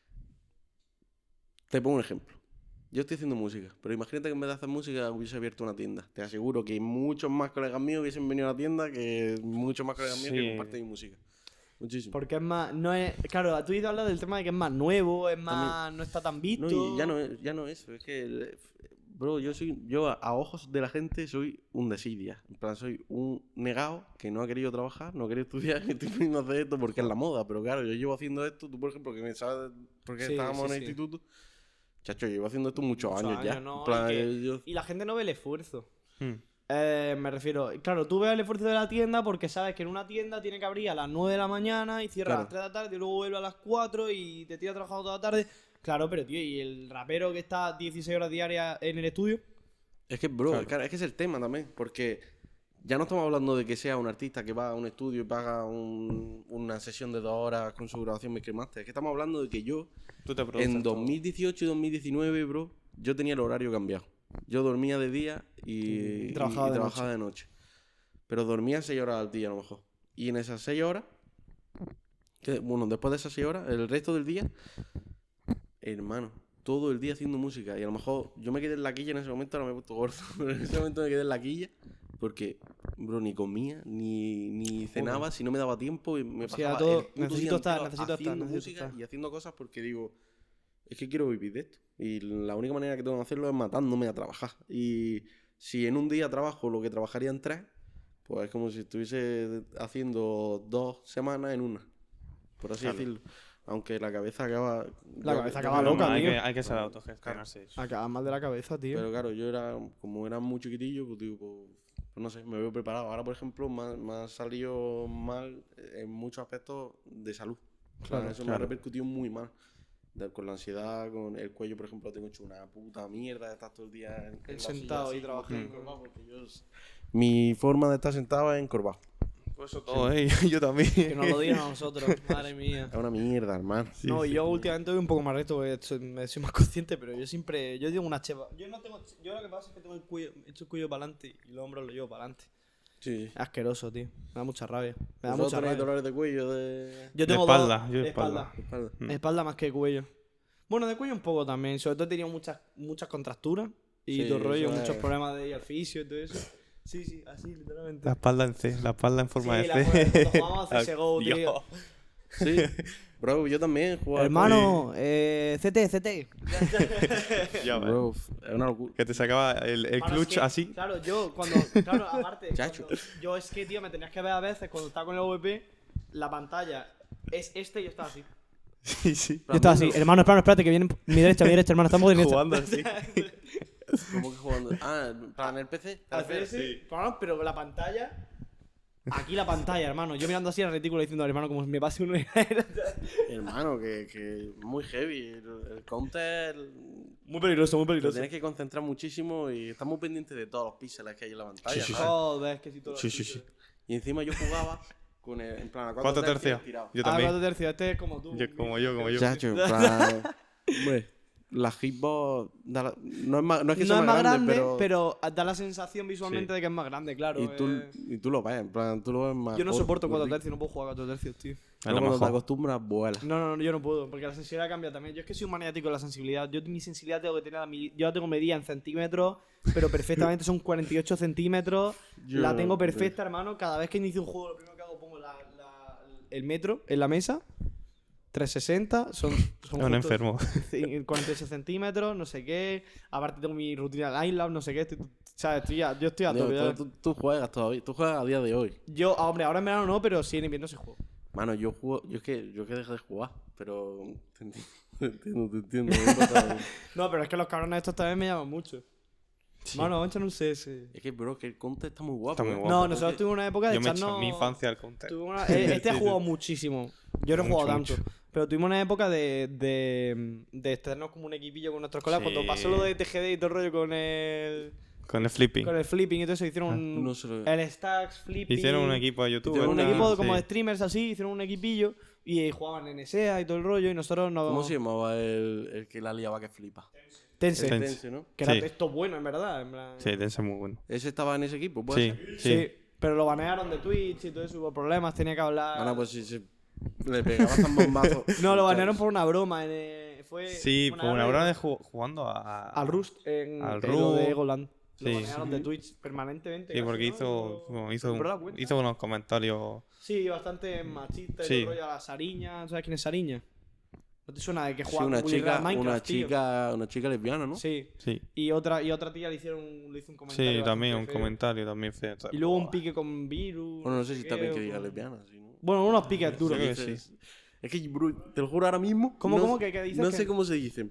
Te pongo un ejemplo. Yo estoy haciendo música, pero imagínate que en vez de hacer música hubiese abierto una tienda. Te aseguro que muchos más colegas míos hubiesen venido a la tienda que muchos más colegas míos que Sí. comparten mi música. Muchísimo. Porque es más, no es, claro, tú has hablado del tema de que es más nuevo, es más, no está tan visto. No, y ya no eso, es que, bro, yo a ojos de la gente soy un desidia. En plan, soy un negado que no ha querido trabajar, no ha querido estudiar, y estoy pudiendo hacer esto porque es la moda. Pero claro, yo llevo haciendo esto, tú por ejemplo, que me sabes porque Sí, estábamos sí, en el sí. instituto. Chacho, llevo haciendo esto muchos años ya. ¿no? En plan, Y, que- yo- y la gente no ve el esfuerzo. Hmm. Me refiero, claro, tú ves el esfuerzo de la tienda porque sabes que en una tienda tiene que abrir a las 9 de la mañana y cierra a las 3 de la tarde y luego vuelve a las 4 y te tira trabajando toda la tarde. Claro, pero tío, ¿y el rapero que está 16 horas diarias en el estudio? Es que, bro, claro, es que es el tema también, porque ya no estamos hablando de que sea un artista que va a un estudio y paga una sesión de 2 horas con su grabación Micromaster. Es que estamos hablando de que yo, Tú te produces en todo. 2018 y 2019, bro, yo tenía el horario cambiado. Yo dormía de día y trabajaba de trabajaba de noche. Pero dormía 6 horas al día a lo mejor. Y en esas 6 horas, bueno, después de esas 6 horas, el resto del día, hermano, todo el día haciendo música. Y a lo mejor yo me quedé en la quilla en ese momento, ahora me he puesto gordo, pero en ese momento me quedé en la quilla porque, bro, ni comía, ni cenaba, si no me daba tiempo y me Sí, pasaba a todo- el puto necesito día estar, entero necesito estar, haciendo necesito música estar. y haciendo cosas porque digo, es que quiero vivir de esto. Y la única manera que tengo de hacerlo es matándome a trabajar. Y si en un día trabajo lo que trabajaría en 3, pues es como si estuviese haciendo 2 semanas en una, por así Claro. decirlo. Aunque la cabeza acaba... La yo- cabeza yo acaba creo- loca, hay, tío. hay que saber autogestionarse eso. Acabas mal de la cabeza, tío. Pero claro, yo era, como era muy chiquitillo, pues digo, pues no sé, me veo preparado. Ahora, por ejemplo, me ha salido mal en muchos aspectos de salud. Claro, Eso me ha repercutido muy mal. Con la ansiedad, con el cuello, por ejemplo, tengo hecho una puta mierda de estar todo el día en la sentado silla y así, trabajando. encorvado, porque mi forma de estar sentado es encorvado. Pues eso todo, yo también. Que nos lo digan a nosotros, madre mía. Es una mierda, hermano. No, y yo últimamente voy un poco más recto, porque me soy más consciente, pero yo siempre, yo tengo una chepa. Yo lo que pasa es que tengo el cuello, he hecho el cuello para adelante y los hombros los llevo para adelante. Sí. Es asqueroso, tío. Me da mucha rabia. Me da ¿Vosotros mucha tenéis rabia. dolores de cuello, de Yo De tengo espalda, dos, yo de de espalda. espalda? Espalda más que cuello. Bueno, de cuello un poco también. Sobre todo he tenido muchas contracturas y Sí, todo el rollo, eso muchos es. problemas de ir al fisio y todo eso. Sí, así, literalmente. La espalda en C, la espalda en forma Sí, de C. cuando jugábamos a CSGO, tío. Dios. Sí. Bro, yo también jugaba. Hermano, CT. Ya, ves. Bro, es una locura. Que te sacaba el Hermano, es clutch que, así. Claro, yo cuando. Claro, aparte. Chacho. Yo es que, tío, me tenías que ver a veces cuando estaba con el VP, la pantalla es este y yo estaba así. Sí, sí. Yo estaba así, hermano, espérate, que viene mi derecha, hermano, estamos de derecha. Jugando así. ¿Cómo que jugando? Ah, ¿para en el PC? ¿Te Así, refieres? sí. Pero la pantalla. Aquí la pantalla, hermano. Yo mirando así era ridículo diciendo, hermano, como si me pase uno. Hermano, que muy heavy. El counter Muy peligroso, muy lo peligroso. tienes que concentrar muchísimo y estás muy pendiente de todos los píxeles que hay en la pantalla. Sí, sí, ¿sabes? Joder, que si todo. Sí, sí, sí. Y encima yo jugaba con en plan a 4 tercios. tirado. Yo Ah, también. 4 tercios, este es como tú. Como yo. Chacho, en plan, hombre, la hitbox no es que No sea es más grande, pero, pero da la sensación visualmente Sí. de que es más grande, claro. y tú lo ves, en plan, tú lo ves más. Yo no corto, soporto 4 rico. tercios, no puedo jugar a 4 tercios, tío. A Luego lo cuando te mejor. acostumbras, vuela. No, yo no puedo, porque la sensibilidad cambia también. Yo es que soy un maniático de la sensibilidad. Yo mi sensibilidad tengo que tener yo la tengo medida en centímetros, pero perfectamente son 48 centímetros. Yo la tengo no, perfecta, hermano. Cada vez que inicio un juego, lo primero que hago pongo el metro en la mesa. 360, son Es un justo enfermo. 48 centímetros, no sé qué. Aparte tengo mi rutina de Line Lab, no sé qué. ¿Sabes? Yo estoy a Digo, tope. ya. tú juegas todavía, tú juegas a día de hoy. Hombre, ahora en verano no, pero sí en invierno se juega. Mano, yo es que dejé de jugar, pero te entiendo. me pasa- No, pero es que los cabrones estos también me llaman mucho. Mano, vamos a echar un CS. es que, bro, que el counter está muy guapo. Está muy ¿eh? guapo. No, Porque nosotros tuvimos una época de Yo me he echarnos... hecho mi infancia al counter. Este ha Sí, jugado sí. muchísimo. Yo no he Mucho, jugado tanto. mucho. Pero tuvimos una época de estarnos como un equipillo con nuestros colegas. Sí. Cuando pasó lo de TGD y todo el rollo con el Con el flipping. flipping y todo eso, hicieron un... No se lo- El Stacks, flipping... Hicieron un equipo de YouTube. Hicieron un ¿verdad? equipo Sí. como de streamers así, hicieron un equipillo y jugaban en NSEA y todo el rollo y nosotros nos... ¿Cómo se llamaba el que la liaba que flipa? Tense. Tense. Tense, ¿no? Que era Sí. esto bueno, en verdad. En plan... Sí, Tense es muy bueno. Ese estaba en ese equipo, ¿puede Sí, ser? Sí, sí. pero lo banearon de Twitch y todo eso, hubo problemas, tenía que hablar... Ah, no, pues sí, le pegaba tan bombazo. No, lo banearon por una broma. Fue Sí, por una broma broma de jugando a... al Rust en Al lo de Rust. Egoland. Lo Sí. banearon de Twitch permanentemente. Sí, casi, porque ¿no? hizo, ¿Pero la cuenta? hizo unos comentarios. Sí, bastante machista y Sí. todo el rollo a la Sariña. ¿Sabes quién es Sariña? ¿No te suena de que Sí, juega una con Willy chica, Real Minecraft, tío? una chica lesbiana, ¿no? Sí. Sí, Y otra tía le hizo un comentario. sí, también un bastante feo. comentario también feo. Y luego un pique con Virus. Bueno, no sé si qué, está bien o que diga con- lesbiana, sí, ¿no? Bueno, unos piques duros. creo que Sí, sí. Es que, bro, te lo juro ahora mismo. ¿Cómo, no, cómo? ¿Qué dices? No que- sé cómo se dice.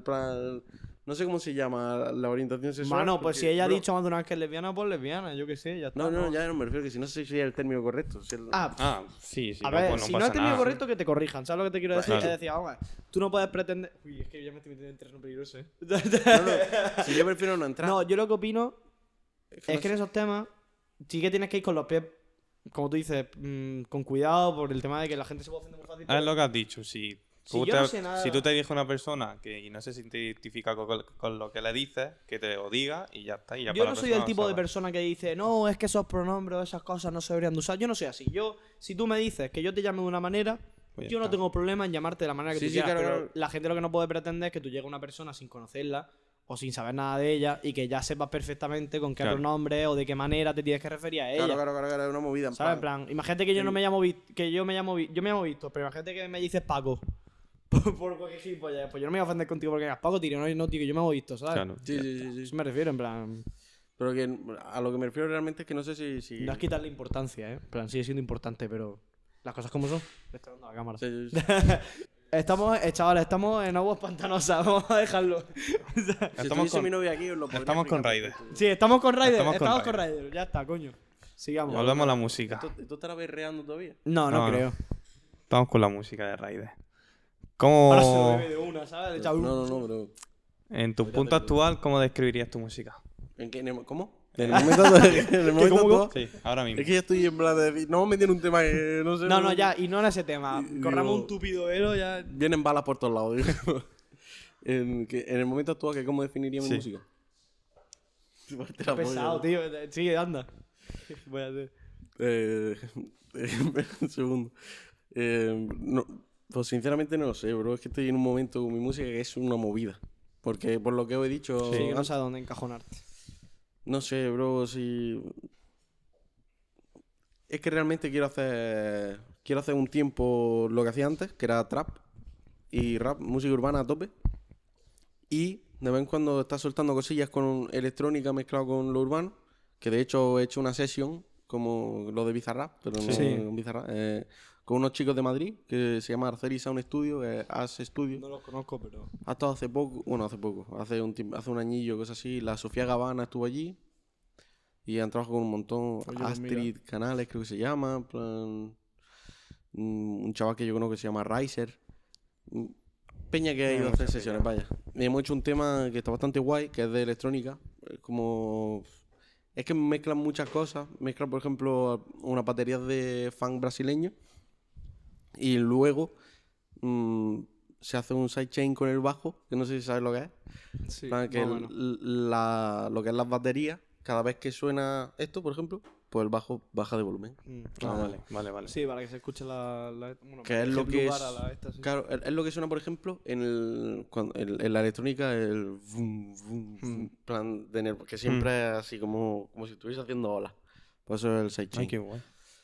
No sé cómo se llama la orientación sexual. Mano, pues porque, si ella ha bro, dicho más de una vez que es lesbiana, pues lesbiana, yo qué sé, ya está. No, ya no me refiero que si no sé si es el término correcto. Si el- Ah, sí, sí. a no, ver, pues no si no pasa has tenido nada. correcto, que te corrijan. ¿Sabes lo que te quiero decir? Claro. Es decir, vamos a ver, tú no puedes pretender. Uy, es que ya me estoy metiendo en terreno peligroso, ¿eh? Si yo prefiero no entrar. No, yo lo que opino no es que en esos temas sí que tienes que ir con los pies, como tú dices, con cuidado por el tema de que la gente se puede ofender muy fácil. Es pero- lo que has dicho, si Si tú, yo no sé nada- si tú te dices a una persona que y no se siente identificada con lo que le dices, que te lo diga y ya está. Y ya Yo para no la soy el persona tipo de sabe. persona que dice, no, es que esos pronombres o esas cosas no se deberían de usar. Yo no soy así. Si tú me dices que yo te llame de una manera, Pues ya yo no está. tengo problema en llamarte de la manera que Sí, tú sí, quieras. claro, Pero claro. la gente lo que no puede pretender es que tú llegues a una persona sin conocerla o sin saber nada de ella y que ya sepas perfectamente con qué Claro. pronombre o de qué manera te tienes que referir a ella. Claro, es una movida. ¿Sabes? En plan, imagínate que yo no el- me llamo que yo me llamo Víctor, pero imagínate que me dices Paco. Por cualquier gilipollas. Pues yo no me voy a ofender contigo porque digas Paco, tío, no, tío, que yo me llamo Víctor, ¿sabes? Claro. Sí, ya sí, está. sí, sí. Eso me refiero, en plan. Pero que a lo que me refiero realmente es que no sé si... No es quitarle importancia, ¿eh? En plan, sigue siendo importante, pero las cosas como son. Le estoy dando a la cámara. Sí. Chavales, estamos en aguas pantanosas, vamos a dejarlo. Si Estamos estuviese con- mi novia aquí, os lo podría estamos con explicar Raider. perfecto. Sí, estamos con Raider, Estamos con estamos con Raider. Raider. Ya está, coño. Sigamos. Volvemos a la música. ¿Esto estará berreando todavía? No No, no. creo. Estamos con la música de Raider. Ahora se lo ¿Cómo, bebe de una, ¿sabes? Le echa un- No, pero... en tu punto actual, cómo describirías tu música? ¿Cómo? En el momento, en el momento cómo? actual, Sí, ahora mismo. es que ya estoy en plan de decir, no me metieron un tema que no sé. No, ya, y no en ese tema. Digo- Corramos un tupido velo ya. Vienen balas por todos lados, digo. En el momento actual, ¿cómo definiría mi Sí. música? Te la Pesado, pollo. tío. Sigue, anda. Voy a hacer. Espera un segundo. No, pues sinceramente no lo sé, bro. Es que estoy en un momento con mi música que es una movida. Porque por lo que os he dicho, Sí, que no sabes dónde encajonarte. no sé, bro, si... Es que realmente quiero hacer un tiempo lo que hacía antes, que era trap y rap, música urbana a tope. Y de vez en cuando estás soltando cosillas con electrónica mezclado con lo urbano, que de hecho he hecho una sesión como lo de Bizarrap, pero no Sí. con Bizarrap, con unos chicos de Madrid que se llama Arceri Sound Studio, As Studio. No los conozco, pero. Ha estado hace poco, hace un añillo, cosas así. La Sofía Gavana estuvo allí y han trabajado con un montón. Oye, pues Astrid Canales, creo que se llama. En plan, un chaval que yo conozco que se llama Riser. Peña que ha ido a hacer sesiones, vaya. Y hemos hecho un tema que está bastante guay, que es de electrónica. Es que mezclan muchas cosas. Mezclan, por ejemplo, unas baterías de funk brasileño. Y luego se hace un sidechain con el bajo, que no sé si sabes lo que es. Sí, En plan, que más o menos. lo que es las baterías, cada vez que suena esto, por ejemplo, pues el bajo baja de volumen. Ah, vale. Sí, para que se escuche bueno, Que para es lo ese que lugar es. a la esta, sí. Claro, es lo que suena, por ejemplo, en la electrónica, el vum, vum, vum, plan de nervio, que siempre es así como si estuviese haciendo olas. Por eso es el sidechain. Ay, qué guay.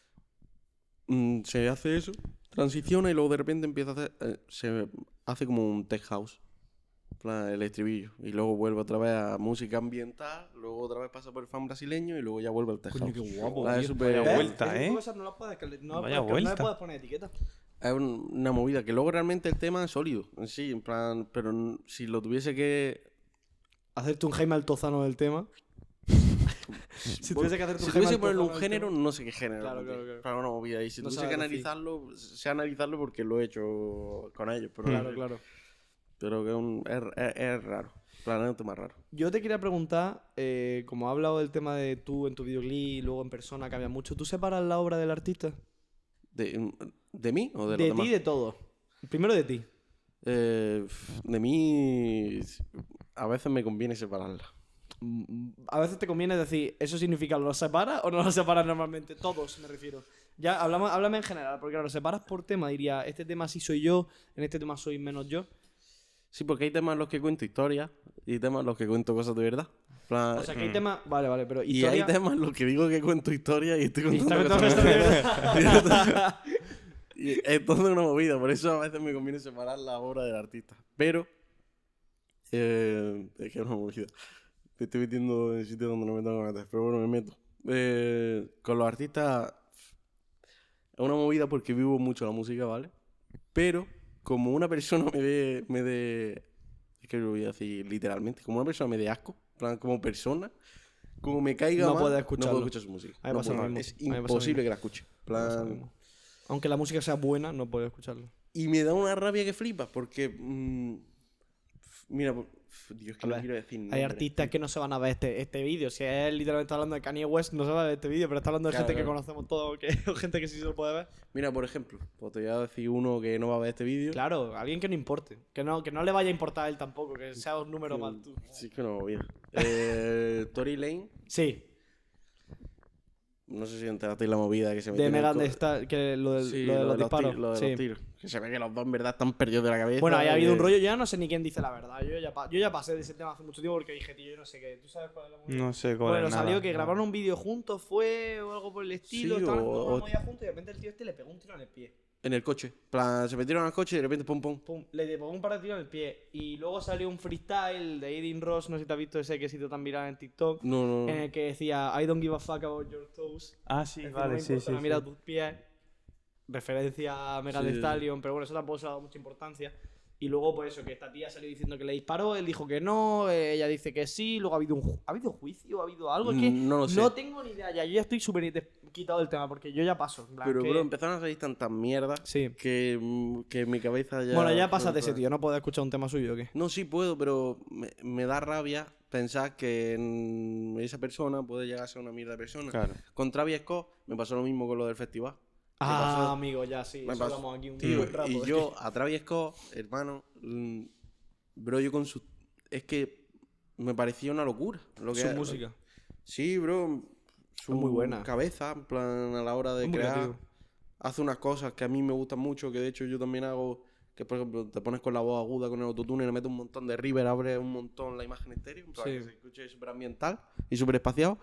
Se hace eso, transiciona y luego de repente empieza a hacer. Se hace como un tech house. En plan, el estribillo. Y luego vuelve otra vez a música ambiental. Luego otra vez pasa por el fan brasileño. Y luego ya vuelve al tech Coño, house. qué guapo, Es tío. súper- Vaya ¿Ves? vuelta, Esas ¿eh? cosas no las puedes, Vaya no le vuelta. puedes poner etiqueta. Es una movida. Que luego realmente el tema es sólido. En sí, en plan. Pero si lo tuviese que. Hacerte un Jaime Altozano del tema. Si tuviese que hacerte Si un Jaime tuviese que ponerle un Altozano del género, tema. no sé qué género. Claro, pondría. claro. Para una movida. Y si No tuviese que sabes decir. analizarlo, sé analizarlo porque lo he hecho con ellos. Pero, Claro. pero que es raro. En plan, es un tema raro. Yo te quería preguntar, como has hablado del tema de tú en tu videoclip y luego en persona cambia mucho, ¿tú separas la obra del artista? ¿De mí o de los De demás? ti y de todo. Primero de ti. De mí, a veces me conviene separarla. A veces te conviene decir, ¿eso significa lo separas o no lo separas normalmente? Todos, me refiero. Ya, háblame en general, porque claro, separas por tema, diría, este tema sí soy yo, en este tema soy menos yo. Sí, porque hay temas en los que cuento historias y temas en los que cuento cosas de verdad. En plan, O sea, que hay temas... Vale, pero y historia... hay temas en los que digo que cuento historias y estoy Y contando está cosas contando de esto de verdad. verdad. Y es toda una movida, por eso a veces me conviene separar la obra del artista. Pero, es que es una movida. Me estoy metiendo en sitios donde no me tengo que meter, pero bueno, me meto. Con los artistas es una movida porque vivo mucho la música, ¿vale? Pero, como una persona me dé, es que lo voy a decir literalmente, como una persona me dé asco, en plan, como persona, como me caiga No mal, puedes no escucharlo. puedo escuchar su música. A mí me No pasa lo puedo, mismo. es A mí me pasa lo imposible mismo. que la escuche. En Me pasa lo plan, mismo. Aunque la música sea buena, no puedo escucharla. y me da una rabia que flipas, porque. Mira, Dios, que A no ver, quiero decir Hay nombres. artistas que no se van a ver este vídeo. Si él literalmente está hablando de Kanye West, no se va a ver este vídeo, pero está hablando de Claro, gente que claro. conocemos todos, o gente que sí se lo puede ver. Mira, por ejemplo, pues te voy a decir uno que no va a ver este vídeo. Claro, alguien que no importe. Que no le vaya a importar a él tampoco, que sea un número Que- mal tú. Sí, que no, bien. Tory Lane, Sí, no sé si enterasteis la movida que se metió de en el Megan co- Thee Stallion, que lo de, Sí, lo de los disparos. lo de Sí. los tiros. Que se ve que los dos en verdad están perdidos de la cabeza. Bueno, ahí ha habido un que- rollo, yo ya no sé ni quién dice la verdad. Yo ya pasé de ese tema hace mucho tiempo porque dije, tío, yo no sé qué. ¿Tú sabes cuál es la movida? No sé cuál Bueno, es salió nada. que grabaron un vídeo juntos, fue o algo por el estilo. Sí, Estaban o- haciendo o- una movida juntos y de repente el tío este le pegó un tiro en el pie. En el coche. En plan, se metieron al coche y de repente pum pum. Pum, le pegó un par de tiros en el pie. Y luego salió un freestyle de Aiden Ross, no sé si te has visto ese que ha sido tan viral en TikTok, No, no, en no. el que decía I don't give a fuck about your toes. Ah, sí, Es decir, vale, no me sí, importa sí. la mira sí. tus pies. Referencia a Megan Sí. Thee Stallion, pero bueno, eso tampoco se ha dado mucha importancia. Y luego, pues eso, que esta tía salió diciendo que le disparó, él dijo que no, ella dice que sí, luego ha habido ¿ha habido juicio? ¿Ha habido algo? Es que No lo sé. no tengo ni idea ya, yo ya estoy súper quitado del tema, porque yo ya paso. En plan Pero, que- bro, empezaron a salir tantas mierdas Sí. que en mi cabeza ya. Bueno, ya pasa de fue- ese tío, ¿no puedo escuchar un tema suyo o qué? No, sí puedo, pero me da rabia pensar que esa persona puede llegar a ser una mierda de persona. Claro. Con Travis Scott me pasó lo mismo con lo del festival. Ah, pasó? amigo, ya sí, Me eso pasó. hablamos aquí un Tío, buen rato, y es yo a Travis Scott, hermano, bro, yo con su... Es que me parecía una locura. Lo que que su música. Sí, bro. Su muy buena. cabeza, en plan, a la hora de Es muy crear, creativo. hace unas cosas que a mí me gustan mucho, que de hecho yo también hago, que por ejemplo te pones con la voz aguda con el autotune y le metes un montón de reverb, abre un montón la imagen estéreo, para Sí. que se escuche súper ambiental y súper espaciado.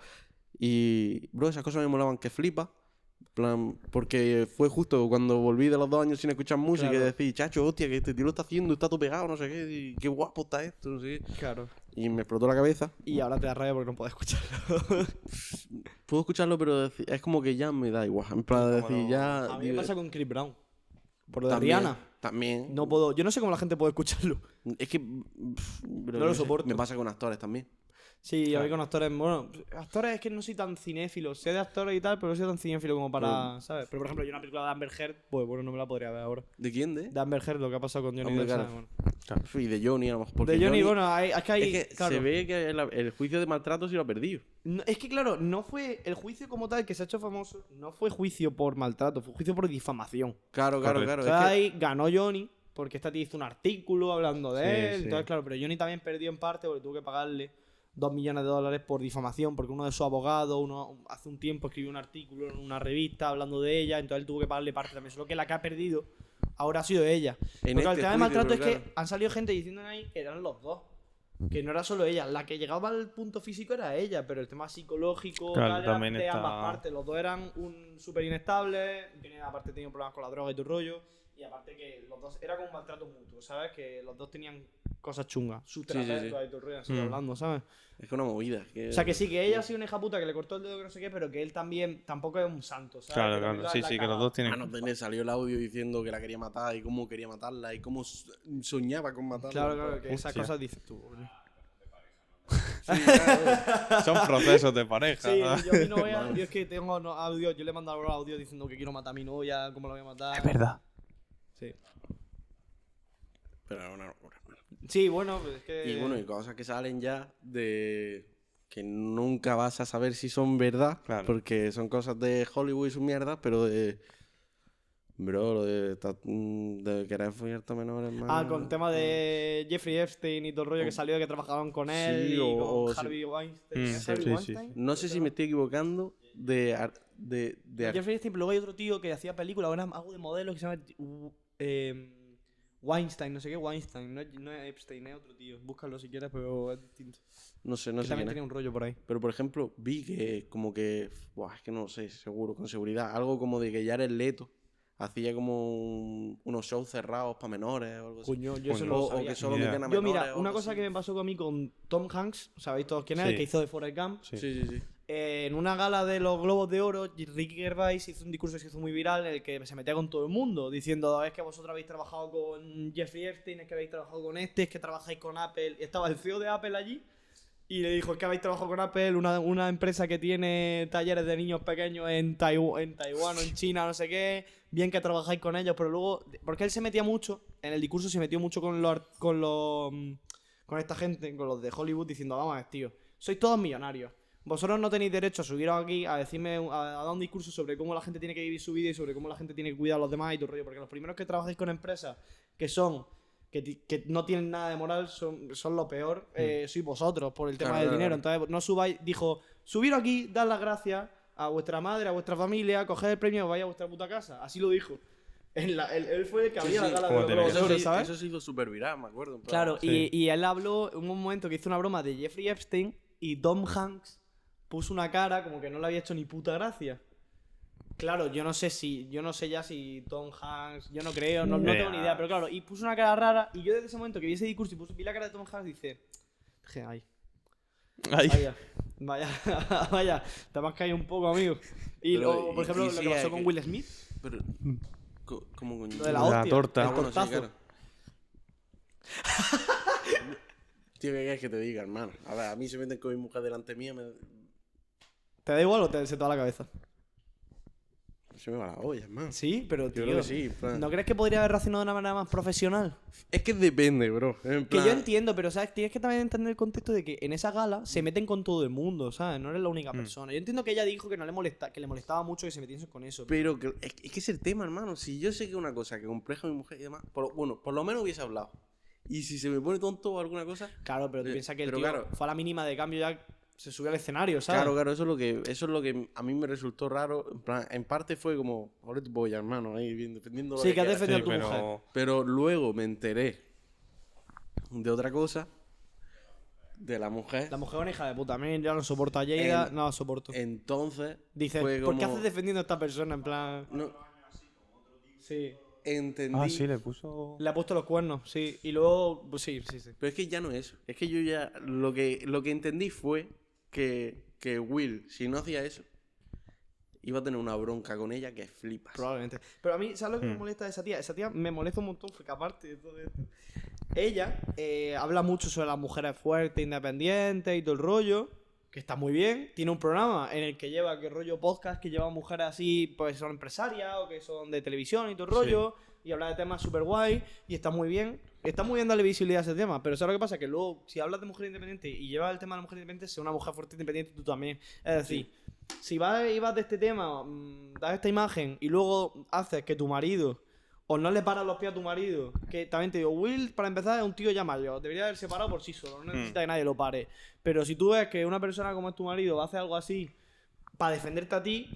Y, bro, esas cosas me molaban que flipa. En plan, porque fue justo cuando volví de los 2 años sin escuchar música Claro. y decir, chacho, hostia, que este tío lo está haciendo, está todo pegado, no sé qué, y qué guapo está esto, no sé qué. Claro. Y me explotó la cabeza. Y ahora te da rabia porque no puedes escucharlo. Puedo escucharlo, pero es como que ya me da igual. En plan, de como decir, no- ya. A mí me digo, pasa con Chris Brown. Por lo de también, Rihanna. También. No puedo. Yo no sé cómo la gente puede escucharlo. Es que. Bro, No lo yo sé, soporto. Me pasa con actores también. Sí, a Claro. mí con actores. Bueno, actores es que no soy tan cinéfilo. Sé de actores y tal, pero no soy tan cinéfilo como para. ¿Sabes? Pero por ejemplo, yo una película de Amber Heard, pues bueno, no me la podría ver ahora. ¿De quién? ¿De? De Amber Heard, lo que ha pasado con Johnny Hombre, Depp. claro. ¿sabes? Bueno. Y de Johnny, a lo mejor. Porque De Johnny, bueno, es que hay. Es que claro. se ve que el juicio de maltrato sí lo ha perdido. Es que claro, no fue el juicio como tal que se ha hecho famoso, no fue juicio por maltrato, fue juicio por difamación. Claro, claro, Correcto. claro. O sea, Es que- ahí ganó Johnny porque esta tía hizo un artículo hablando de Sí, él. sí. Entonces, claro, pero Johnny también perdió en parte porque tuvo que pagarle $2 millones por difamación porque uno de sus abogados hace un tiempo escribió un artículo en una revista hablando de ella, entonces él tuvo que pagarle parte también. Solo que la que ha perdido ahora ha sido ella. En Porque el este tema de juicio, maltrato es pero que claro. han salido gente diciendo ahí que eran los dos. Que no era solo ella, la que llegaba al punto físico era ella, pero el tema psicológico Claro, tal, era también de está- ambas partes. Los dos eran súper inestables, aparte tenían problemas con la droga y tu rollo, y aparte que los dos era como un maltrato mutuo, ¿sabes? Que los dos tenían cosas chungas, sus Sí, sí, sí. terapeutas y tu rollo, han sido Mm. hablando, ¿sabes? Es que una movida. O sea, que sí, que ella ha sido una hija puta que le cortó el dedo que no sé qué, pero que él también tampoco es un santo, ¿sabes? Claro, Que también claro. la- Sí, la sí, que cagado. los dos tienen. Mano, Tene salió el audio diciendo que la quería matar y cómo quería matarla y cómo soñaba con matarla. Claro, claro, que esas Hostia. cosas dices tú, boludo. Sí, claro. Son procesos de pareja. Sí, ¿no? yo a mi novia, yo es que tengo audio, yo le he mandado audio diciendo que quiero matar a mi novia, cómo la voy a matar. Es verdad. Sí. Pero es una locura. Sí, bueno, pues es que. Y bueno, y cosas que salen ya de que nunca vas a saber si son verdad, Claro. porque son cosas de Hollywood y sus mierdas, pero de... Bro, lo de querer follarte a menores, man. Ah, con el tema de Jeffrey Epstein y todo el rollo que salió de que trabajaban con él Sí, y o con sí. Harvey Weinstein. Mm, ¿Es Harvey sí, Weinstein? No sé si me estoy equivocando de Jeffrey Epstein, pero luego hay otro tío que hacía películas, ahora algo de modelos que se llama Weinstein, no sé qué, Weinstein. No es Epstein, es otro tío. Búscalo si quieres, pero es distinto. No sé Que quién también es. tiene un rollo por ahí. Pero, por ejemplo, vi que como que... Buah, es que no lo sé, seguro, con seguridad. Algo como de que Jared Leto hacía como unos shows cerrados para menores o algo así. Coño, yo eso Coño. no lo O sabía. que solo Ni idea. metían a Yo, menores mira, o una algo cosa así. que me pasó conmigo con Tom Hanks, ¿sabéis todos quién es? Sí. El que hizo de Forrest Gump. Sí. Sí. En una gala de los Globos de Oro, Ricky Gervais hizo un discurso que se hizo muy viral en el que se metía con todo el mundo, diciendo, es que vosotros habéis trabajado con Jeffrey Epstein, es que habéis trabajado con este, es que trabajáis con Apple. Y estaba el CEO de Apple allí y le dijo, es que habéis trabajado con Apple, una empresa que tiene talleres de niños pequeños en Taiwán o en China, no sé qué, bien que trabajáis con ellos, pero luego, porque él se metía mucho, en el discurso se metió mucho con esta gente, con los de Hollywood, diciendo, vamos a ver, tío, sois todos millonarios. Vosotros no tenéis derecho a subiros aquí a decirme, a dar un discurso sobre cómo la gente tiene que vivir su vida y sobre cómo la gente tiene que cuidar a los demás y todo el rollo. Porque los primeros que trabajáis con empresas que no tienen nada de moral son lo peor, sois vosotros por el tema Claro, del claro, dinero. claro. Entonces, no subáis, dijo, subiros aquí, dar las gracias a vuestra madre, a vuestra familia, coged el premio y vais a vuestra puta casa. Así lo dijo. Él fue el que Sí, abría la sí, gala de como los tiene Globos que de Oro, ser. ¿sabes? Eso se hizo súper viral, me acuerdo. en plan, Claro, Sí. y él habló en un momento que hizo una broma de Jeffrey Epstein y Tom Hanks puso una cara como que no le había hecho ni puta gracia. Claro, yo no sé ya si Tom Hanks, yo no creo, no tengo ni idea, pero claro, y puso una cara rara y yo desde ese momento que vi ese discurso y vi la cara de Tom Hanks dice, ay, Ay. vaya, vaya, te me has caído un poco, amigo. Y Pero, luego, por ejemplo, lo que sí, pasó hay con que- Will Smith, Pero, ¿cómo coño? lo de la La hostia, torta. el Ah, bueno, sí, tortazo. claro. Tío, ¿qué quieres que te diga, hermano? A ver, a mí se meten con mi mujer delante mía, ¿Te da igual o se te va la cabeza? se me va la olla, hermano. Sí, pero Yo tío, creo que sí, en plan. ¿no crees que podría haber reaccionado de una manera más profesional? Es que depende, bro. En Que plan, yo entiendo, pero ¿sabes? Tienes que también entender el contexto de que en esa gala se meten con todo el mundo, ¿sabes? No eres la única persona. Yo entiendo que ella dijo que no le molesta, que le molestaba mucho que se metiesen con eso. Pero es que es el tema, hermano. Si yo sé que es una cosa que compleja a mi mujer y demás, por lo menos hubiese hablado. Y si se me pone tonto o alguna cosa, Claro, pero tú piensas que el pero tío claro. fue a la mínima de cambio ya se subió al escenario, ¿sabes? claro, eso es lo que a mí me resultó raro. En plan, en parte fue como, ahora tu polla, hermano, ahí bien defendiendo lo Sí, que has quieras. defendido Sí, a tu mujer. pero... Pero luego me enteré de otra cosa, de la mujer. La mujer es una hija de puta. A mí ya no soporto a Lleida, no la soporto. Entonces, Dice, fue ¿por qué como- haces defendiendo a esta persona? En plan. no, Sí. entendí. Ah, sí, le puso... Le ha puesto los cuernos, sí. Y luego. Pues sí. Pero es que ya no es eso. Es que yo ya. Lo que entendí fue que Will, si no hacía eso, iba a tener una bronca con ella que flipas. Probablemente. Pero a mí, ¿sabes lo que me molesta de esa tía? Esa tía me molesta un montón porque aparte de todo esto, ella habla mucho sobre las mujeres fuertes, independientes y todo el rollo, que está muy bien. Tiene un programa en el que lleva, que rollo podcast, que lleva mujeres así, pues son empresarias o que son de televisión y todo el rollo, y habla de temas súper guay, y está muy bien. Está muy bien darle visibilidad a ese tema, pero ¿sabes lo que pasa? Que luego, si hablas de mujer independiente y llevas el tema de la mujer independiente, sé una mujer fuerte e independiente tú también. Es decir, si vas de este tema, das esta imagen y luego haces que tu marido o no le paras los pies a tu marido, que también te digo, Will, para empezar, es un tío ya mayor, debería haber separado por sí solo, no necesita que nadie lo pare. Pero si tú ves que una persona como es tu marido hace algo así para defenderte a ti,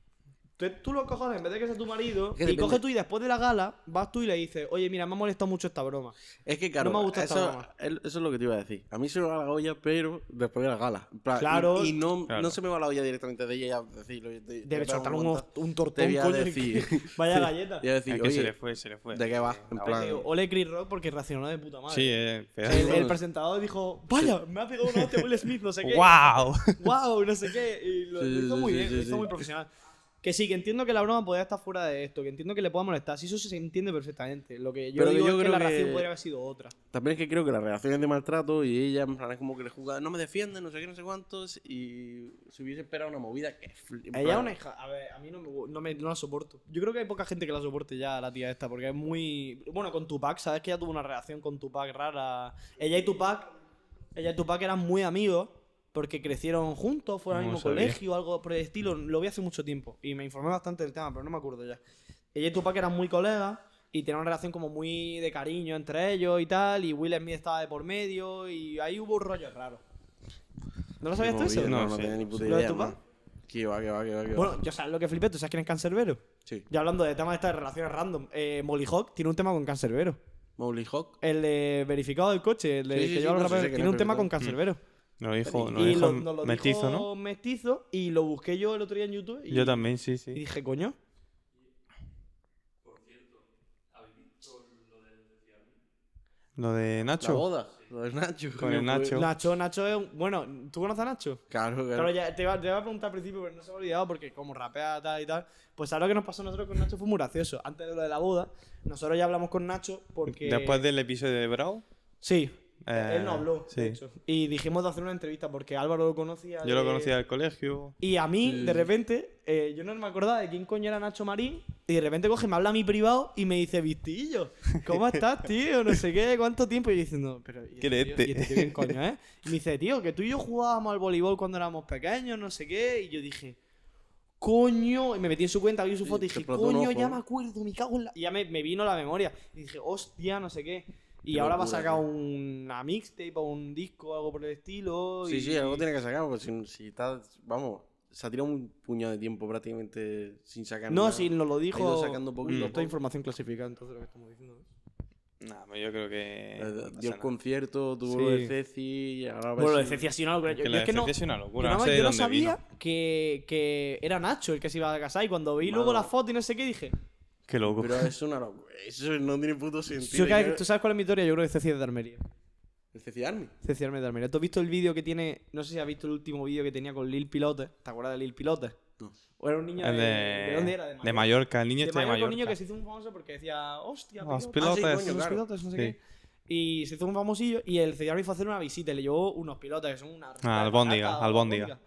tú los cojones, en vez de que sea tu marido, Es que y depende. coges tú y después de la gala, vas tú y le dices, oye, mira, me ha molestado mucho esta broma. Es que, claro, No me gusta esta eso, broma. eso es lo que te iba a decir. A mí se me va la olla, pero después de la gala. En plan, Claro. Y no, Claro. no se me va la olla directamente de ella decirlo. Debe soltar un Te tortón, voy a coño. decir. Vaya Sí, galleta. te voy a decir, Es que oye, se le fue. ¿de qué va? En plan, Ole Chris Rock porque reaccionó de puta madre. Sí, El presentador dijo, vaya, me ha pegado una hostia Will Smith, no sé qué. ¡Wow! ¡Wow! No sé qué. Y lo Sí, hizo sí, muy sí, bien, sí, lo hizo sí. muy profesional. Que sí, que entiendo que la broma podría estar fuera de esto, que entiendo que le pueda molestar. Sí, eso se entiende perfectamente. Lo que yo Pero digo yo es que creo la que- reacción podría haber sido otra. también es que creo que la reacción es de maltrato y ella en plan es como que le juzga, no me defiende, no sé qué, no sé cuántos, y se hubiese esperado una movida que en Ella es plan, una hija. A ver, a mí no la soporto. Yo creo que hay poca gente que la soporte ya, la tía esta, porque es muy. Bueno, con Tupac, ¿sabes? Que ella tuvo una relación con Tupac rara. Ella y Tupac eran muy amigos. Porque crecieron juntos, fueron al No mismo sabía. colegio o algo por el estilo. Lo vi hace mucho tiempo. Y me informé bastante del tema, pero no me acuerdo ya. Ella y Tupac eran muy colegas. Y tenían una relación como muy de cariño entre ellos y tal. Y Will Smith estaba de por medio. Y ahí hubo un rollo raro. ¿No lo sabías tú eso? movida, No, no sí. tenía ni puta ¿Lo de idea, Tupac? man. Que va. Bueno, yo sabes lo que flipé. ¿Tú sabes quién es Canserbero? Sí. Ya hablando de temas de estas relaciones random. Molly Hawk tiene un tema con Canserbero. Mowgli Hawk. El de verificado del coche, el de Sí, que sí, lleva sí, los no, sí, raperos. sé que Tiene no un es tema verdad. con Canserbero. Nos lo dijo, Y nos lo mestizo, dijo ¿no? Mestizo y lo busqué yo el otro día en YouTube. Y, Yo también, sí, Y sí. dije, coño. Lo de La Nacho. boda. Lo de Nacho. Con el Nacho. Nacho es un... Bueno, ¿tú conoces a Nacho? Claro, Claro, claro. ya te iba a preguntar al principio, pero no se me ha olvidado porque como rapea tal y tal, pues ahora lo que nos pasó a nosotros con Nacho fue muy gracioso. Antes de lo de la boda, nosotros ya hablamos con Nacho porque... Después del episodio de Bravo. Sí, él no habló, sí. de hecho. Y dijimos de hacer una entrevista porque Álvaro lo conocía. Yo lo de- conocía del colegio. Y a mí, Sí, de sí. repente, yo no me acordaba de quién coño era Nacho Marín. Y de repente coge, me habla a mi privado y me dice, Vistillo, ¿cómo estás, tío? No sé qué, ¿cuánto tiempo? Y yo diciendo, pero. ¿Y ¿Quién es tío? este? ¿Y este tío quién coño, eh? Y me dice, tío, que tú y yo jugábamos al voleibol cuando éramos pequeños, no sé qué. Y yo dije, coño. Y me metí en su cuenta, vi su Sí, foto y te dije, explotó un coño, ojo, ya ¿no? me acuerdo, me cago en la. Y ya me vino la memoria. Y dije, hostia, no sé qué. Y Qué ahora va a locura, sacar tío. una mixtape o un disco o algo por el estilo. Sí, y... sí, algo tiene que sacar, porque si está, vamos, se ha tirado un puñado de tiempo prácticamente sin sacar No, nada. sí, nos lo Ha ido dijo. sacando poquito a Esto poco. es información clasificada, entonces lo que estamos diciendo. Nah, pues yo creo que. no pasa Dio el nada. concierto, tuvo Sí. lo de Ceci y ahora va a Bueno, lo ver de si- Ceci ha sido una locura. Que Yo la es que no, decepción es una locura. yo No sé de no dónde sabía vino. que era Nacho el que se iba a casar. Y cuando vi Mano. luego la foto y no sé qué, dije. Qué loco. Pero es una locura. Eso no tiene puto sentido. ¿Tú sabes cuál es mi teoría? Yo creo que Ceci es de Almería. ¿El Ceci Army? Ceci Arme de Almería. ¿Tú has visto el vídeo que tiene? No sé si has visto el último vídeo que tenía con Lil Pilote. ¿Te acuerdas de Lil Pilote? No. ¿O era un niño El ¿De dónde era? de Mallorca. El niño De este de Mallorca, un niño Mallorca. que se hizo un famoso porque decía, hostia, Los pilote. pilotes. coño, Los claro. pilotes, no sé Sí. qué. Y se hizo un famosillo y el Cediarmi fue a hacer una visita y le llevó unos pilotes que son una... albóndiga, albóndiga.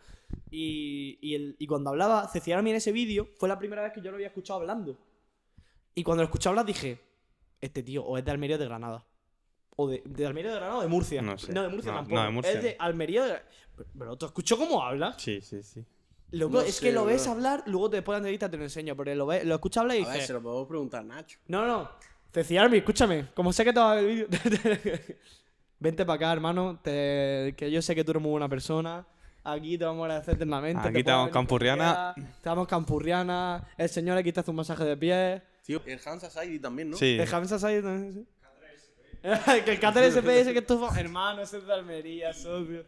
Y cuando hablaba Ceciarmi en ese vídeo fue la primera vez que yo lo había escuchado hablando. Y cuando lo escuché hablar dije, este tío o es de Almería o de Granada. O de Almería, de Granada o de Murcia. No sé. No, de Murcia No, tampoco. no, de Murcia Es de no. Almería de... Pero ¿tú escuchó cómo habla? Sí, sí, sí. Loco, No es sé, que lo ves bro. hablar, luego después de la entrevista te lo enseño, pero lo escuchas hablar y A ver, dices... se lo podemos preguntar a Nacho. No. Ceciarmi, escúchame. Como sé que te vas a ver el vídeo. Vente para acá, hermano. Que yo sé que tú eres muy buena persona. Aquí te vamos a agradecer eternamente. Aquí te damos campurriana. Te damos campurriana. El señor aquí te hace un masaje de pies. Tío, el Hansa Saidi también, ¿no? Sí. El James Asai también, sí. Que el Cater SPS que estuvo. Hermano, ese es de Almería, socio.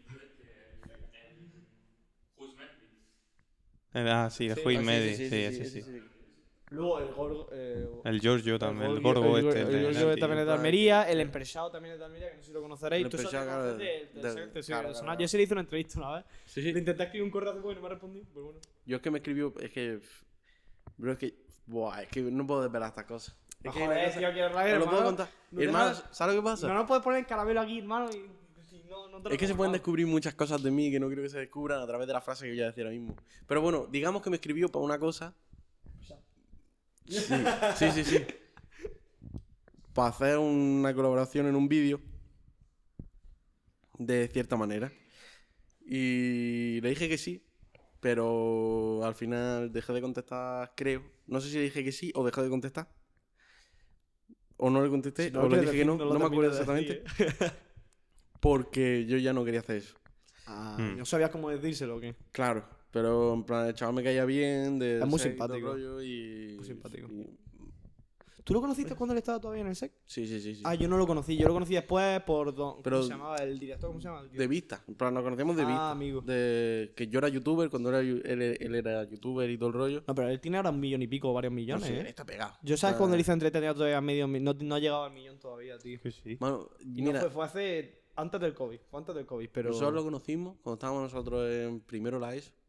Sí, el Sí. Juiz Ah, Medi. Sí, ese sí. Luego el Gorgo. El Giorgio también. El Gorgo Gorgo este. El de Giorgio Nati. también es de Almería. El Empresado también es de Almería, que no sé si lo conoceréis. El Tú solo te Empresado, conoces claro, del claro, claro. Yo sí le hice una entrevista una vez. Sí, Le sí. intenté escribir un correo hace poco y no me ha respondido. Pero bueno. Yo es que me escribió, es que... Bro, es que... Buah, es que no puedo desvelar estas cosas. Es que hay una Joder, cosa- tío, que rabia, ¿Te lo puedo hermano. contar? No Hermano, dejas- ¿sabes lo que pasa? No nos puedes poner el caramelo aquí, hermano. Y no te lo Es que se pueden contamos. descubrir muchas cosas de mí que no creo que se descubran a través de la frase que voy a decir ahora mismo. Pero bueno, digamos que me escribió para una cosa. Sí. Para hacer una colaboración en un vídeo. De cierta manera. Y le dije que sí. Pero al final dejé de contestar, creo. No sé si le dije que sí o dejé de contestar. O no le contesté, Si no o le quieres dije que no. decir, lo No me acuerdo termino de exactamente. Porque yo ya no quería hacer eso. No sabías cómo decírselo o qué. Claro, pero en plan, el chaval me caía bien. Es muy ser y todo el simpático. rollo y... Muy simpático. y- ¿Tú lo conociste cuando él estaba todavía en el SEC? Sí. Ah, yo no lo conocí. Yo lo conocí después por... Pero- ¿Cómo se llamaba? El director, ¿cómo se llama? De vista. En plan, nos conocíamos de Ah, vista. amigo. De que yo era youtuber, cuando él era youtuber y todo el rollo. No, pero él tiene ahora 1 millón y pico, varios No millones, sé, ¿eh? está pegado. Yo sabes Está- cuando le hice entretenido todavía medio... No ha llegado al millón todavía, tío. Sí, sí. Mano, Y no mira, fue hace... Antes del COVID. Fue antes del COVID, pero... nosotros lo conocimos cuando estábamos nosotros en primero la ESO.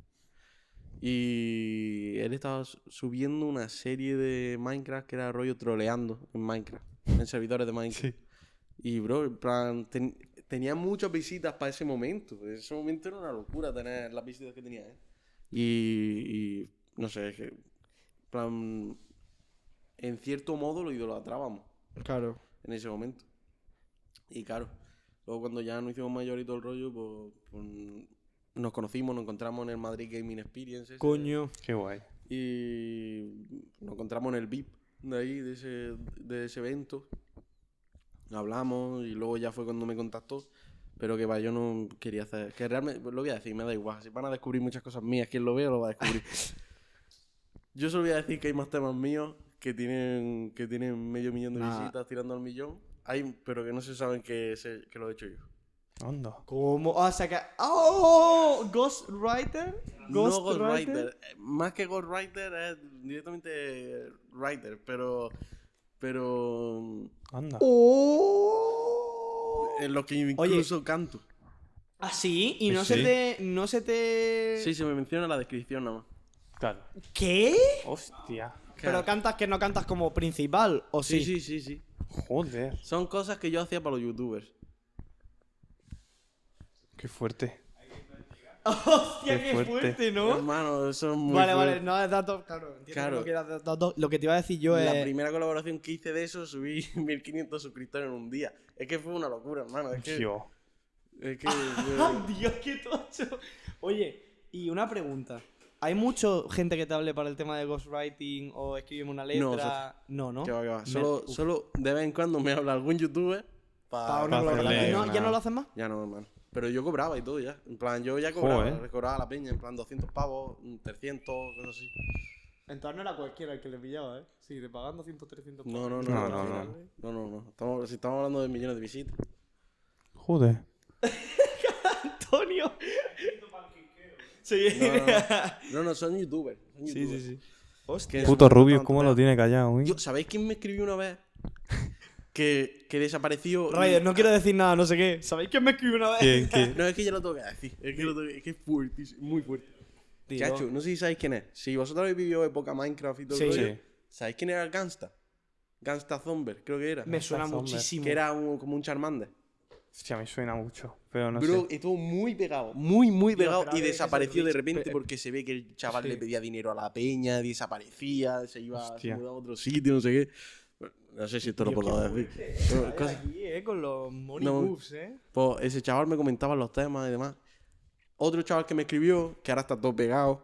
Y él estaba subiendo una serie de Minecraft que era rollo troleando en Minecraft. En servidores de Minecraft. Y, bro, en plan, tenía muchas visitas para ese momento. En ese momento era una locura tener las visitas que tenía, ¿eh? Y no sé, es que, en plan, en cierto modo lo idolatrábamos Claro. en ese momento. Y claro, luego cuando ya nos hicimos mayor y todo el rollo, pues nos conocimos, nos encontramos en el Madrid Gaming Experience. ese, Coño. Qué guay. y nos encontramos en el VIP de ahí, de ese evento. Hablamos y luego ya fue cuando me contactó. Pero que va, yo no quería hacer... Que realmente, lo voy a decir, me da igual. Si van a descubrir muchas cosas mías, quien lo vea lo va a descubrir. Yo solo voy a decir que hay más temas míos que tienen 500.000 de Nah. visitas tirando al millón. Hay, pero que no se saben que lo he hecho yo. Anda. ¿Cómo? O sea que. ¡Oh! ¿Ghostwriter? No Ghostwriter. Más que Ghostwriter es directamente writer, pero Anda. ¡Oh! en lo que incluso canto. ¿Ah, sí? Y no Sí. se te. Sí, se me menciona en la descripción nada más. Claro. ¿Qué? Hostia. Pero cantas que no cantas como principal, ¿o sí? Sí. Joder. Son cosas que yo hacía para los youtubers. Qué fuerte. ¡Hostia, Qué qué fuerte. fuerte, ¿no? Hermano, eso es muy Vale, fuerte. no es datos. Claro, entiendo Claro. que no quieras dar datos. Lo que te iba a decir yo La es. primera colaboración que hice de eso, subí 1500 suscriptores en un día. Es que fue una locura, hermano. Es que, Dios. es que ¡Ay, Dios, qué tocho! Oye, y una pregunta. ¿Hay mucha gente que te hable para el tema de ghostwriting o escribirme una letra? No, que va. Me- Solo de vez en cuando me habla algún youtuber Para una Pa' colaboración. hacerle ¿No? una- ¿Ya no lo hacen más? Ya no, hermano. Pero yo cobraba y todo ya. En plan, yo ya cobraba. Joder. Cobraba a la peña. En plan, 200 pavos, 300, cosas así. Entonces no era cualquiera el que le pillaba, ¿eh? Sí, te pagan 200, 300 No, no, no. No, No, no, no. no. Si estamos hablando de millones de visitas. Joder. Antonio. Sí. No, son youtubers. Sí. Hostia. Que en su Puto momento Rubius, estaban ¿cómo lo topeados. tiene callado, eh? ¿Sabéis quién me escribió una vez? que desapareció. Ryder, no quiero decir nada, no sé qué. ¿Sabéis quién me escribió una vez? ¿Quién? ¿Quién? No, es que ya lo tengo que decir. Es que es fuertísimo, muy fuerte. Dilo. Chacho, no sé si sabéis quién es. Si vosotros habéis vivido época Minecraft y todo Sí. el rollo, Sí. ¿sabéis quién era el Gangsta? Gangsta Zomber, creo que era. Me suena Zombie. muchísimo. Que era como un Charmander. Hostia, me suena mucho. Pero no Bro, sé. estuvo muy pegado, muy pegado. pero a Y ver, desapareció ese de repente Rich- porque se ve que el chaval Sí. le pedía dinero a la peña, desaparecía, se iba se Hostia. mudaba a otro sitio, no sé qué. Bueno, no sé si esto lo puedo decir. Pero Ryder cosas- aquí, con los money No. moves, Pues ese chaval me comentaba los temas y demás. Otro chaval que me escribió, que ahora está todo pegado.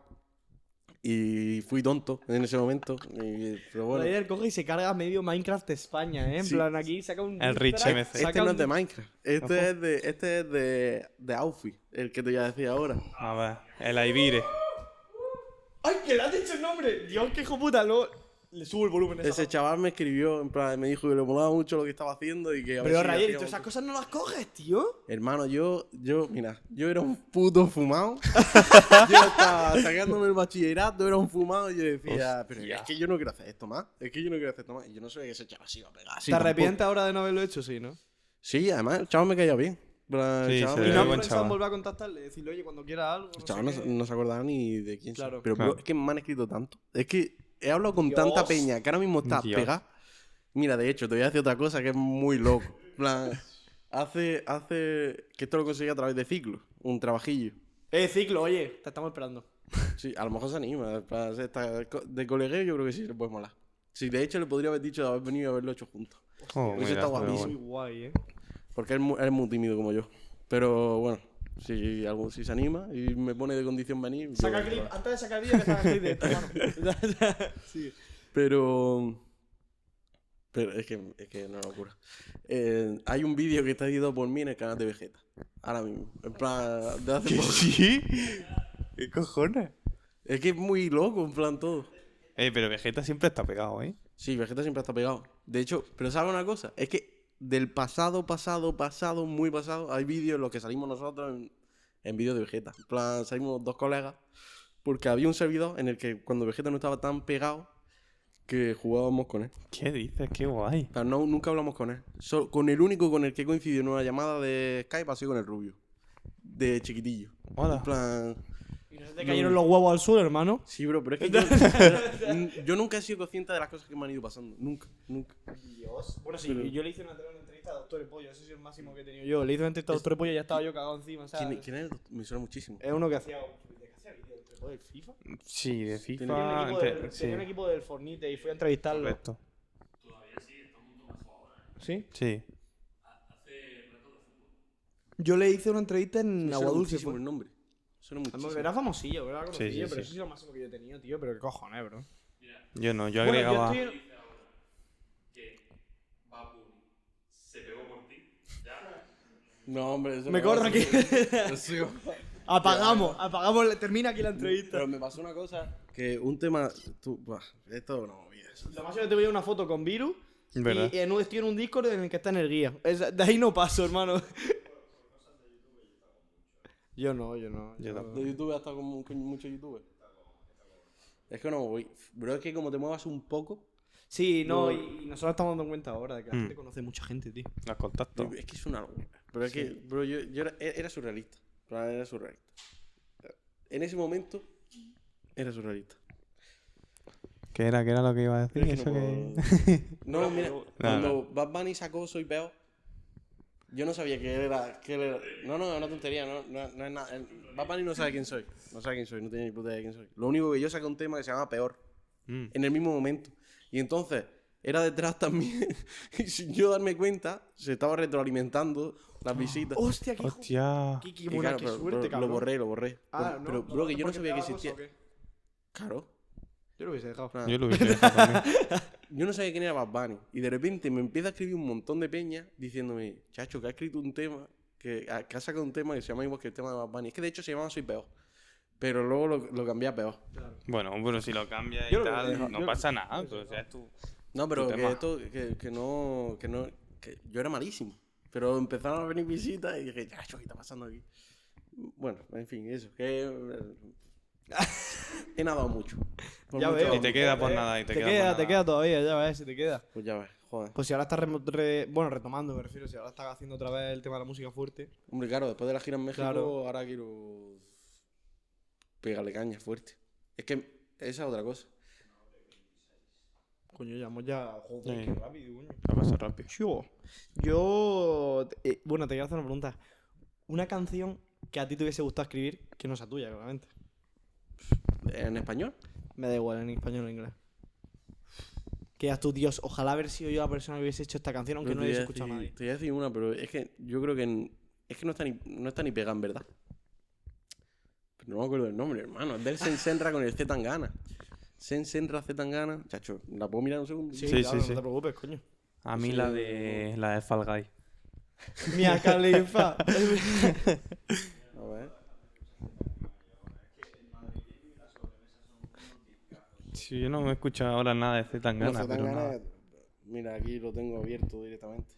Y fui tonto en ese momento. Pero bueno. Ryder coge y se carga medio Minecraft de España, En Sí. plan, aquí saca un. El Rich track, MC. saca Este no un- es de Minecraft. Este es de Outfit, el que te voy a decir ahora. A ver. El Aibire. ¡Ay, que le has dicho el nombre! Dios, qué hijo puta, luego le subo el volumen. a esa Ese parte. chaval me escribió, en plan, me dijo que le molaba mucho lo que estaba haciendo y que a ver Pero si Ryder, ¿y tú hacíamos- esas cosas no las coges, tío? Hermano, mira, yo era un puto fumado. Yo estaba sacándome el bachillerato, era un fumado y yo decía, pero es que yo no quiero hacer esto más. Es que yo no quiero hacer esto más. Y yo no sabía que ese chaval se iba a pegar así. ¿Te tampoco. arrepientes ahora de no haberlo hecho? Sí, ¿no? Sí, además, el chaval me caía bien. En plan, el Sí, chaval se me ve ¿Y no caía has buen bien. pensado en chaval. volver a contactarle? Decirle, oye, cuando quiera algo. El No chaval sé qué? no se acordaba ni de quién soy. Claro. Pero Claro. bro, es que me han escrito tanto. Es que he hablado con Dios. tanta peña que ahora mismo está Dios. pegada. Mira, de hecho, te voy a decir otra cosa que es muy loco. En plan, hace que esto lo conseguí a través de Ciclo, un trabajillo. Ciclo, oye, te estamos esperando. Sí, a lo mejor se anima. Para hacer de colegueo yo creo que sí le puede molar. Sí, de hecho le podría haber dicho de haber venido y haberlo hecho juntos. Oh, Eso mira, está pero guapísimo. Muy bueno. guay, Porque él es muy tímido como yo. Pero bueno, si se anima y me pone de condición venir. yo Saca voy a clip, probar. antes de sacar vídeo que saca clip de esto, mano. Sí. Pero es que es una locura. Hay un vídeo que está editado por mí en el canal de Vegeta. Ahora mismo. En plan, de hace poco. ¿Sí? ¿Qué cojones? Es que es muy loco, en plan todo. Pero Vegeta siempre está pegado, ¿eh? Sí, Vegeta siempre está pegado. De hecho, pero ¿sabes una cosa? Es que del pasado, muy pasado, hay vídeos en los que salimos nosotros en vídeos de Vegeta. En plan, salimos dos colegas. Porque había un servidor en el que cuando Vegeta no estaba tan pegado que jugábamos con él. ¿Qué dices? Qué guay. O sea, nunca hablamos con él. Con el único con el que he coincidido en una llamada de Skype ha sido con el Rubio. De chiquitillo. Hola. En plan... ¿Y no se te cayeron los huevos al sur, hermano? Sí, bro, pero es que yo nunca he sido consciente de las cosas que me han ido pasando. Nunca. Dios. Bueno, sí, Pero- yo le hice una entrevista a Doctor Pollo, ese es el máximo que he tenido yo. Le hice una entrevista a Doctor Pollo y ya estaba yo cagado encima, ¿sabes? ¿Quién es el doctor? Me suena muchísimo. Es uno que hacía. ¿De qué hacía vídeo? ¿Doctor Pollo del FIFA? Sí, de Tiene Tenía un FIFA. equipo, Sí, tenía un equipo del Fornite y fui a entrevistarlo. correcto. ¿Sí? Sí. Yo le hice una entrevista en Me suena Aguadulce. muchísimo el nombre. Suena muchísimo. Era famosillo, era conocidillo, Sí, sí, pero sí. eso sí es lo máximo que yo he tenido, tío. Pero qué cojones, bro. Yo no, yo Bueno, agregaba. yo estoy... No, hombre, eso Me no corro va a aquí. ser- Eso- Apagamos, termina aquí la entrevista. Pero me pasó una cosa, que un tema... esto no, mira, eso. Lo más que te voy a una foto con Virus ¿Verdad? y estoy en un Discord en el que está Energía. De ahí no paso, hermano. Yo no. Yo tampoco. ¿De YouTube has estado con muchos youtubers? Es que no voy. Bro, es que como te muevas un poco... Sí, no, y nosotros estamos dando cuenta ahora de que la gente conoce mucha gente, tío. Los contactos. Es que es una locura. Pero es que, bro, yo era surrealista. Era surrealista. En ese momento, era surrealista. ¿Qué era lo que iba a decir? Pero es Eso que que... no, mira, cuando Bad Bunny sacó Soy Peor, yo no sabía que él era... No, es una tontería, no es nada. Bad Bunny no sabe quién soy. No sabe quién soy, no tiene ni puta idea de quién soy. Lo único que yo saqué un tema que se llama Peor. En el mismo momento. Y entonces, era detrás también. Y sin yo darme cuenta, se estaba retroalimentando las visitas. ¡Hostia, qué hijo! Hostia. Qué Y buena, claro, qué pero suerte, cabrón. Lo borré. Ah, Pero, no, bro, que yo no porque sabía te que daba cosa, existía. ¿o qué? Claro. Yo lo hubiese dejado. Nada. Yo lo hubiese dejado también. Yo no sabía quién era Bad Bunny. Y de repente me empieza a escribir un montón de peña diciéndome, chacho, que ha escrito un tema, que ha sacado un tema que se llama igual que el tema de Bad Bunny. Es que de hecho se llamaba Soy Peor. Pero luego lo cambié a Peor. Bueno, pero si lo cambias Yo y lo tal, dejo, no yo- pasa nada. Pero, o sea, tú... No, pero Tu que tema. esto, que yo era malísimo. Pero empezaron a venir visitas y dije, chacho, ¿qué está pasando aquí? Bueno, en fin, eso. Que he nadado mucho. Por Ya mucho veo. Y agua. te queda por nada. Y te, Te queda, queda, por te nada. queda todavía, ya ves, si te queda. Pues ya ves, joder. Pues si ahora estás retomando, me refiero, si ahora estás haciendo otra vez el tema de la música fuerte. Hombre, claro, después de la gira en México, Claro. ahora quiero pegarle caña fuerte. Es que esa es otra cosa. Coño, ya. Joder, Sí. qué rápido, coño. Va a pasar rápido. Yo. Bueno, te quiero hacer una pregunta. Una canción que a ti te hubiese gustado escribir, que no sea tuya, claramente. ¿En español? Me da igual, en español o en inglés. Que digas tú, Dios, ojalá haber sido yo la persona que hubiese hecho esta canción, aunque Pero no te voy hubiese a escuchado a nadie. decir- Te voy a decir una, pero es que yo creo que es que no está ni pegada en verdad. Pero no me acuerdo del nombre, hermano. Es del Sensenra con el Z Tangana. Sensenra Z Tangana. Chacho, ¿la puedo mirar un segundo? Sí, Sí, claro, sí. no te preocupes, coño. A mí Sí. la de Fall Guy. Mia Khalifa. A ver. Sí, yo no me escucho ahora nada de Z No, Tangana, Z pero Tangana, nada. mira, aquí lo tengo abierto directamente.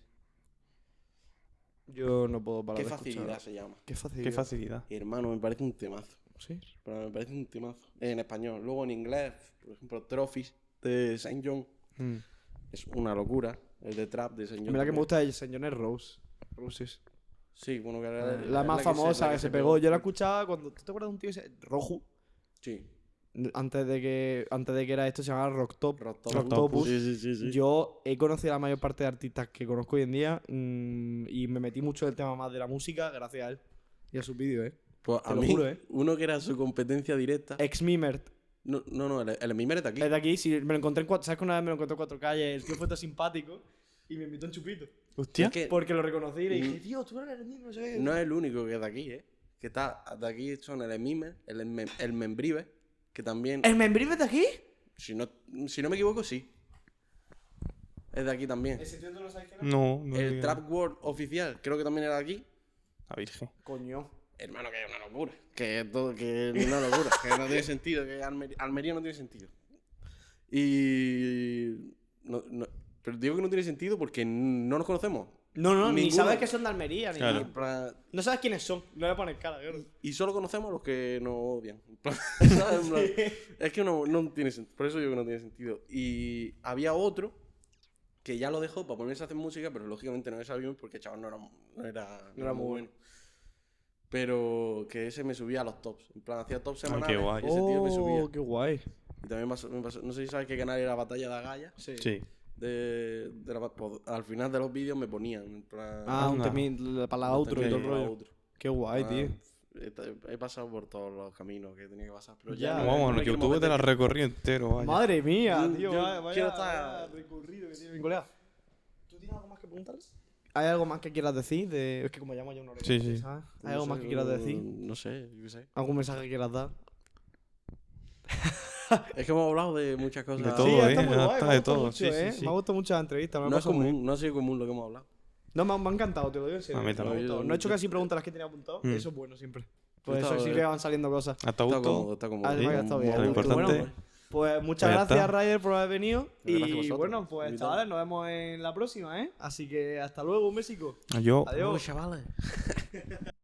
Yo no puedo parar Qué de facilidad escuchar. se llama. Qué facilidad. Qué facilidad. Y, hermano, me parece un temazo. Sí. Pero me parece un temazo. En español. Luego en inglés, por ejemplo, Trophies de Saint John. Mm. Es una locura. El de Trap de Saint John. Mira que me también. gusta el señor Rose. Roses. Sí, bueno, que era La más famosa que se pegó. Yo la escuchaba cuando. ¿Tú te acuerdas de un tío ese? Roju. Sí. Antes de que era esto, se llamaba Rocktop. Rocktopus. Sí. Yo he conocido a la mayor parte de artistas que conozco hoy en día y me metí mucho en el tema más de la música gracias a él y a sus vídeos, Pues Te a lo mí, juro, uno que era su competencia directa. Ex-Mimert. No, el Mimer está aquí. Es de aquí, sí, me lo encontré en ¿sabes que una vez me lo encontré en Cuatro Calles? El tío fue todo simpático y me invitó un chupito. Hostia. Es que Porque lo reconocí y le dije, tío, tú eres el mismo, no sé qué. no es el único que es de aquí, ¿eh? Que está de aquí son el Mimer, el Membrive, que también. ¿El Membrive de aquí? Si no me equivoco, sí. Es de aquí también. ¿Ese tío tú no sabes quién es? No, no. El digas. Trap World oficial, creo que también era de aquí. La Virgen. Coño. Hermano, que es una locura. Que es una locura. Que no tiene sentido. Que Almería no tiene sentido. Y. Pero digo que no tiene sentido porque no nos conocemos. No, ni Ninguno. sabes que son de Almería, ni Claro. nada. En plan, No sabes quiénes son, no voy a poner cara, claro. y solo conocemos a los que nos odian. En plan, ¿sabes? En plan, es que no tiene sentido. Por eso digo que no tiene sentido. Y había otro que ya lo dejó para ponerse a hacer música, pero lógicamente no le salió bien porque el chaval no era muy bueno. Pero que ese me subía a los tops. En plan, hacía tops qué semanales. guay. Y ese tío me subía. qué guay. Y también me pasó. No sé si sabes qué canal era Batalla de Agaya. Sí. Sí. Pues, al final de los vídeos me ponían. En plan, Ah, un Anda. temín para la outro y todo el para rollo. outro. Qué guay, Ah, tío. He pasado por todos los caminos que tenía que pasar. Pero Ya, ya. no, Vamos, me quiero YouTube te la meter- recorrí entero, vaya. Madre mía, Yo tío. Vaya, quiero estar- recorrido que tiene mi colega. ¿Tú tienes algo más que preguntarle? ¿Hay algo más que quieras decir? Es que como llamo ya una hora. Sí, sí. ¿Sabes? ¿Hay No algo sé, más que quieras decir? No sé, yo qué sé. ¿Algún mensaje que quieras dar? Es que hemos hablado de muchas cosas. De todo, sí, está muy ya guay. está Me de gusta todo, mucho, sí, sí, sí. Me ha gustado mucho la entrevista. Me No ha es pasado muy bien. común, no ha sido común lo que hemos hablado. No, me ha encantado, te lo digo en serio. A mí Me ha también. gustado. No he hecho casi preguntas las que tenía apuntado. Mm. Eso es bueno siempre. Pues eso sí que van saliendo cosas. ¿Hasta Está gusto? cómodo, está cómodo. Ah, vaya, está bien. Lo importante. Bueno, pues muchas Pues ya gracias, está. Ryder, por haber venido. Gracias a Y vosotros bueno, por pues invitarme. chavales, nos vemos en la próxima, ¿eh? Así que hasta luego, México. Yo. Adiós. chavales.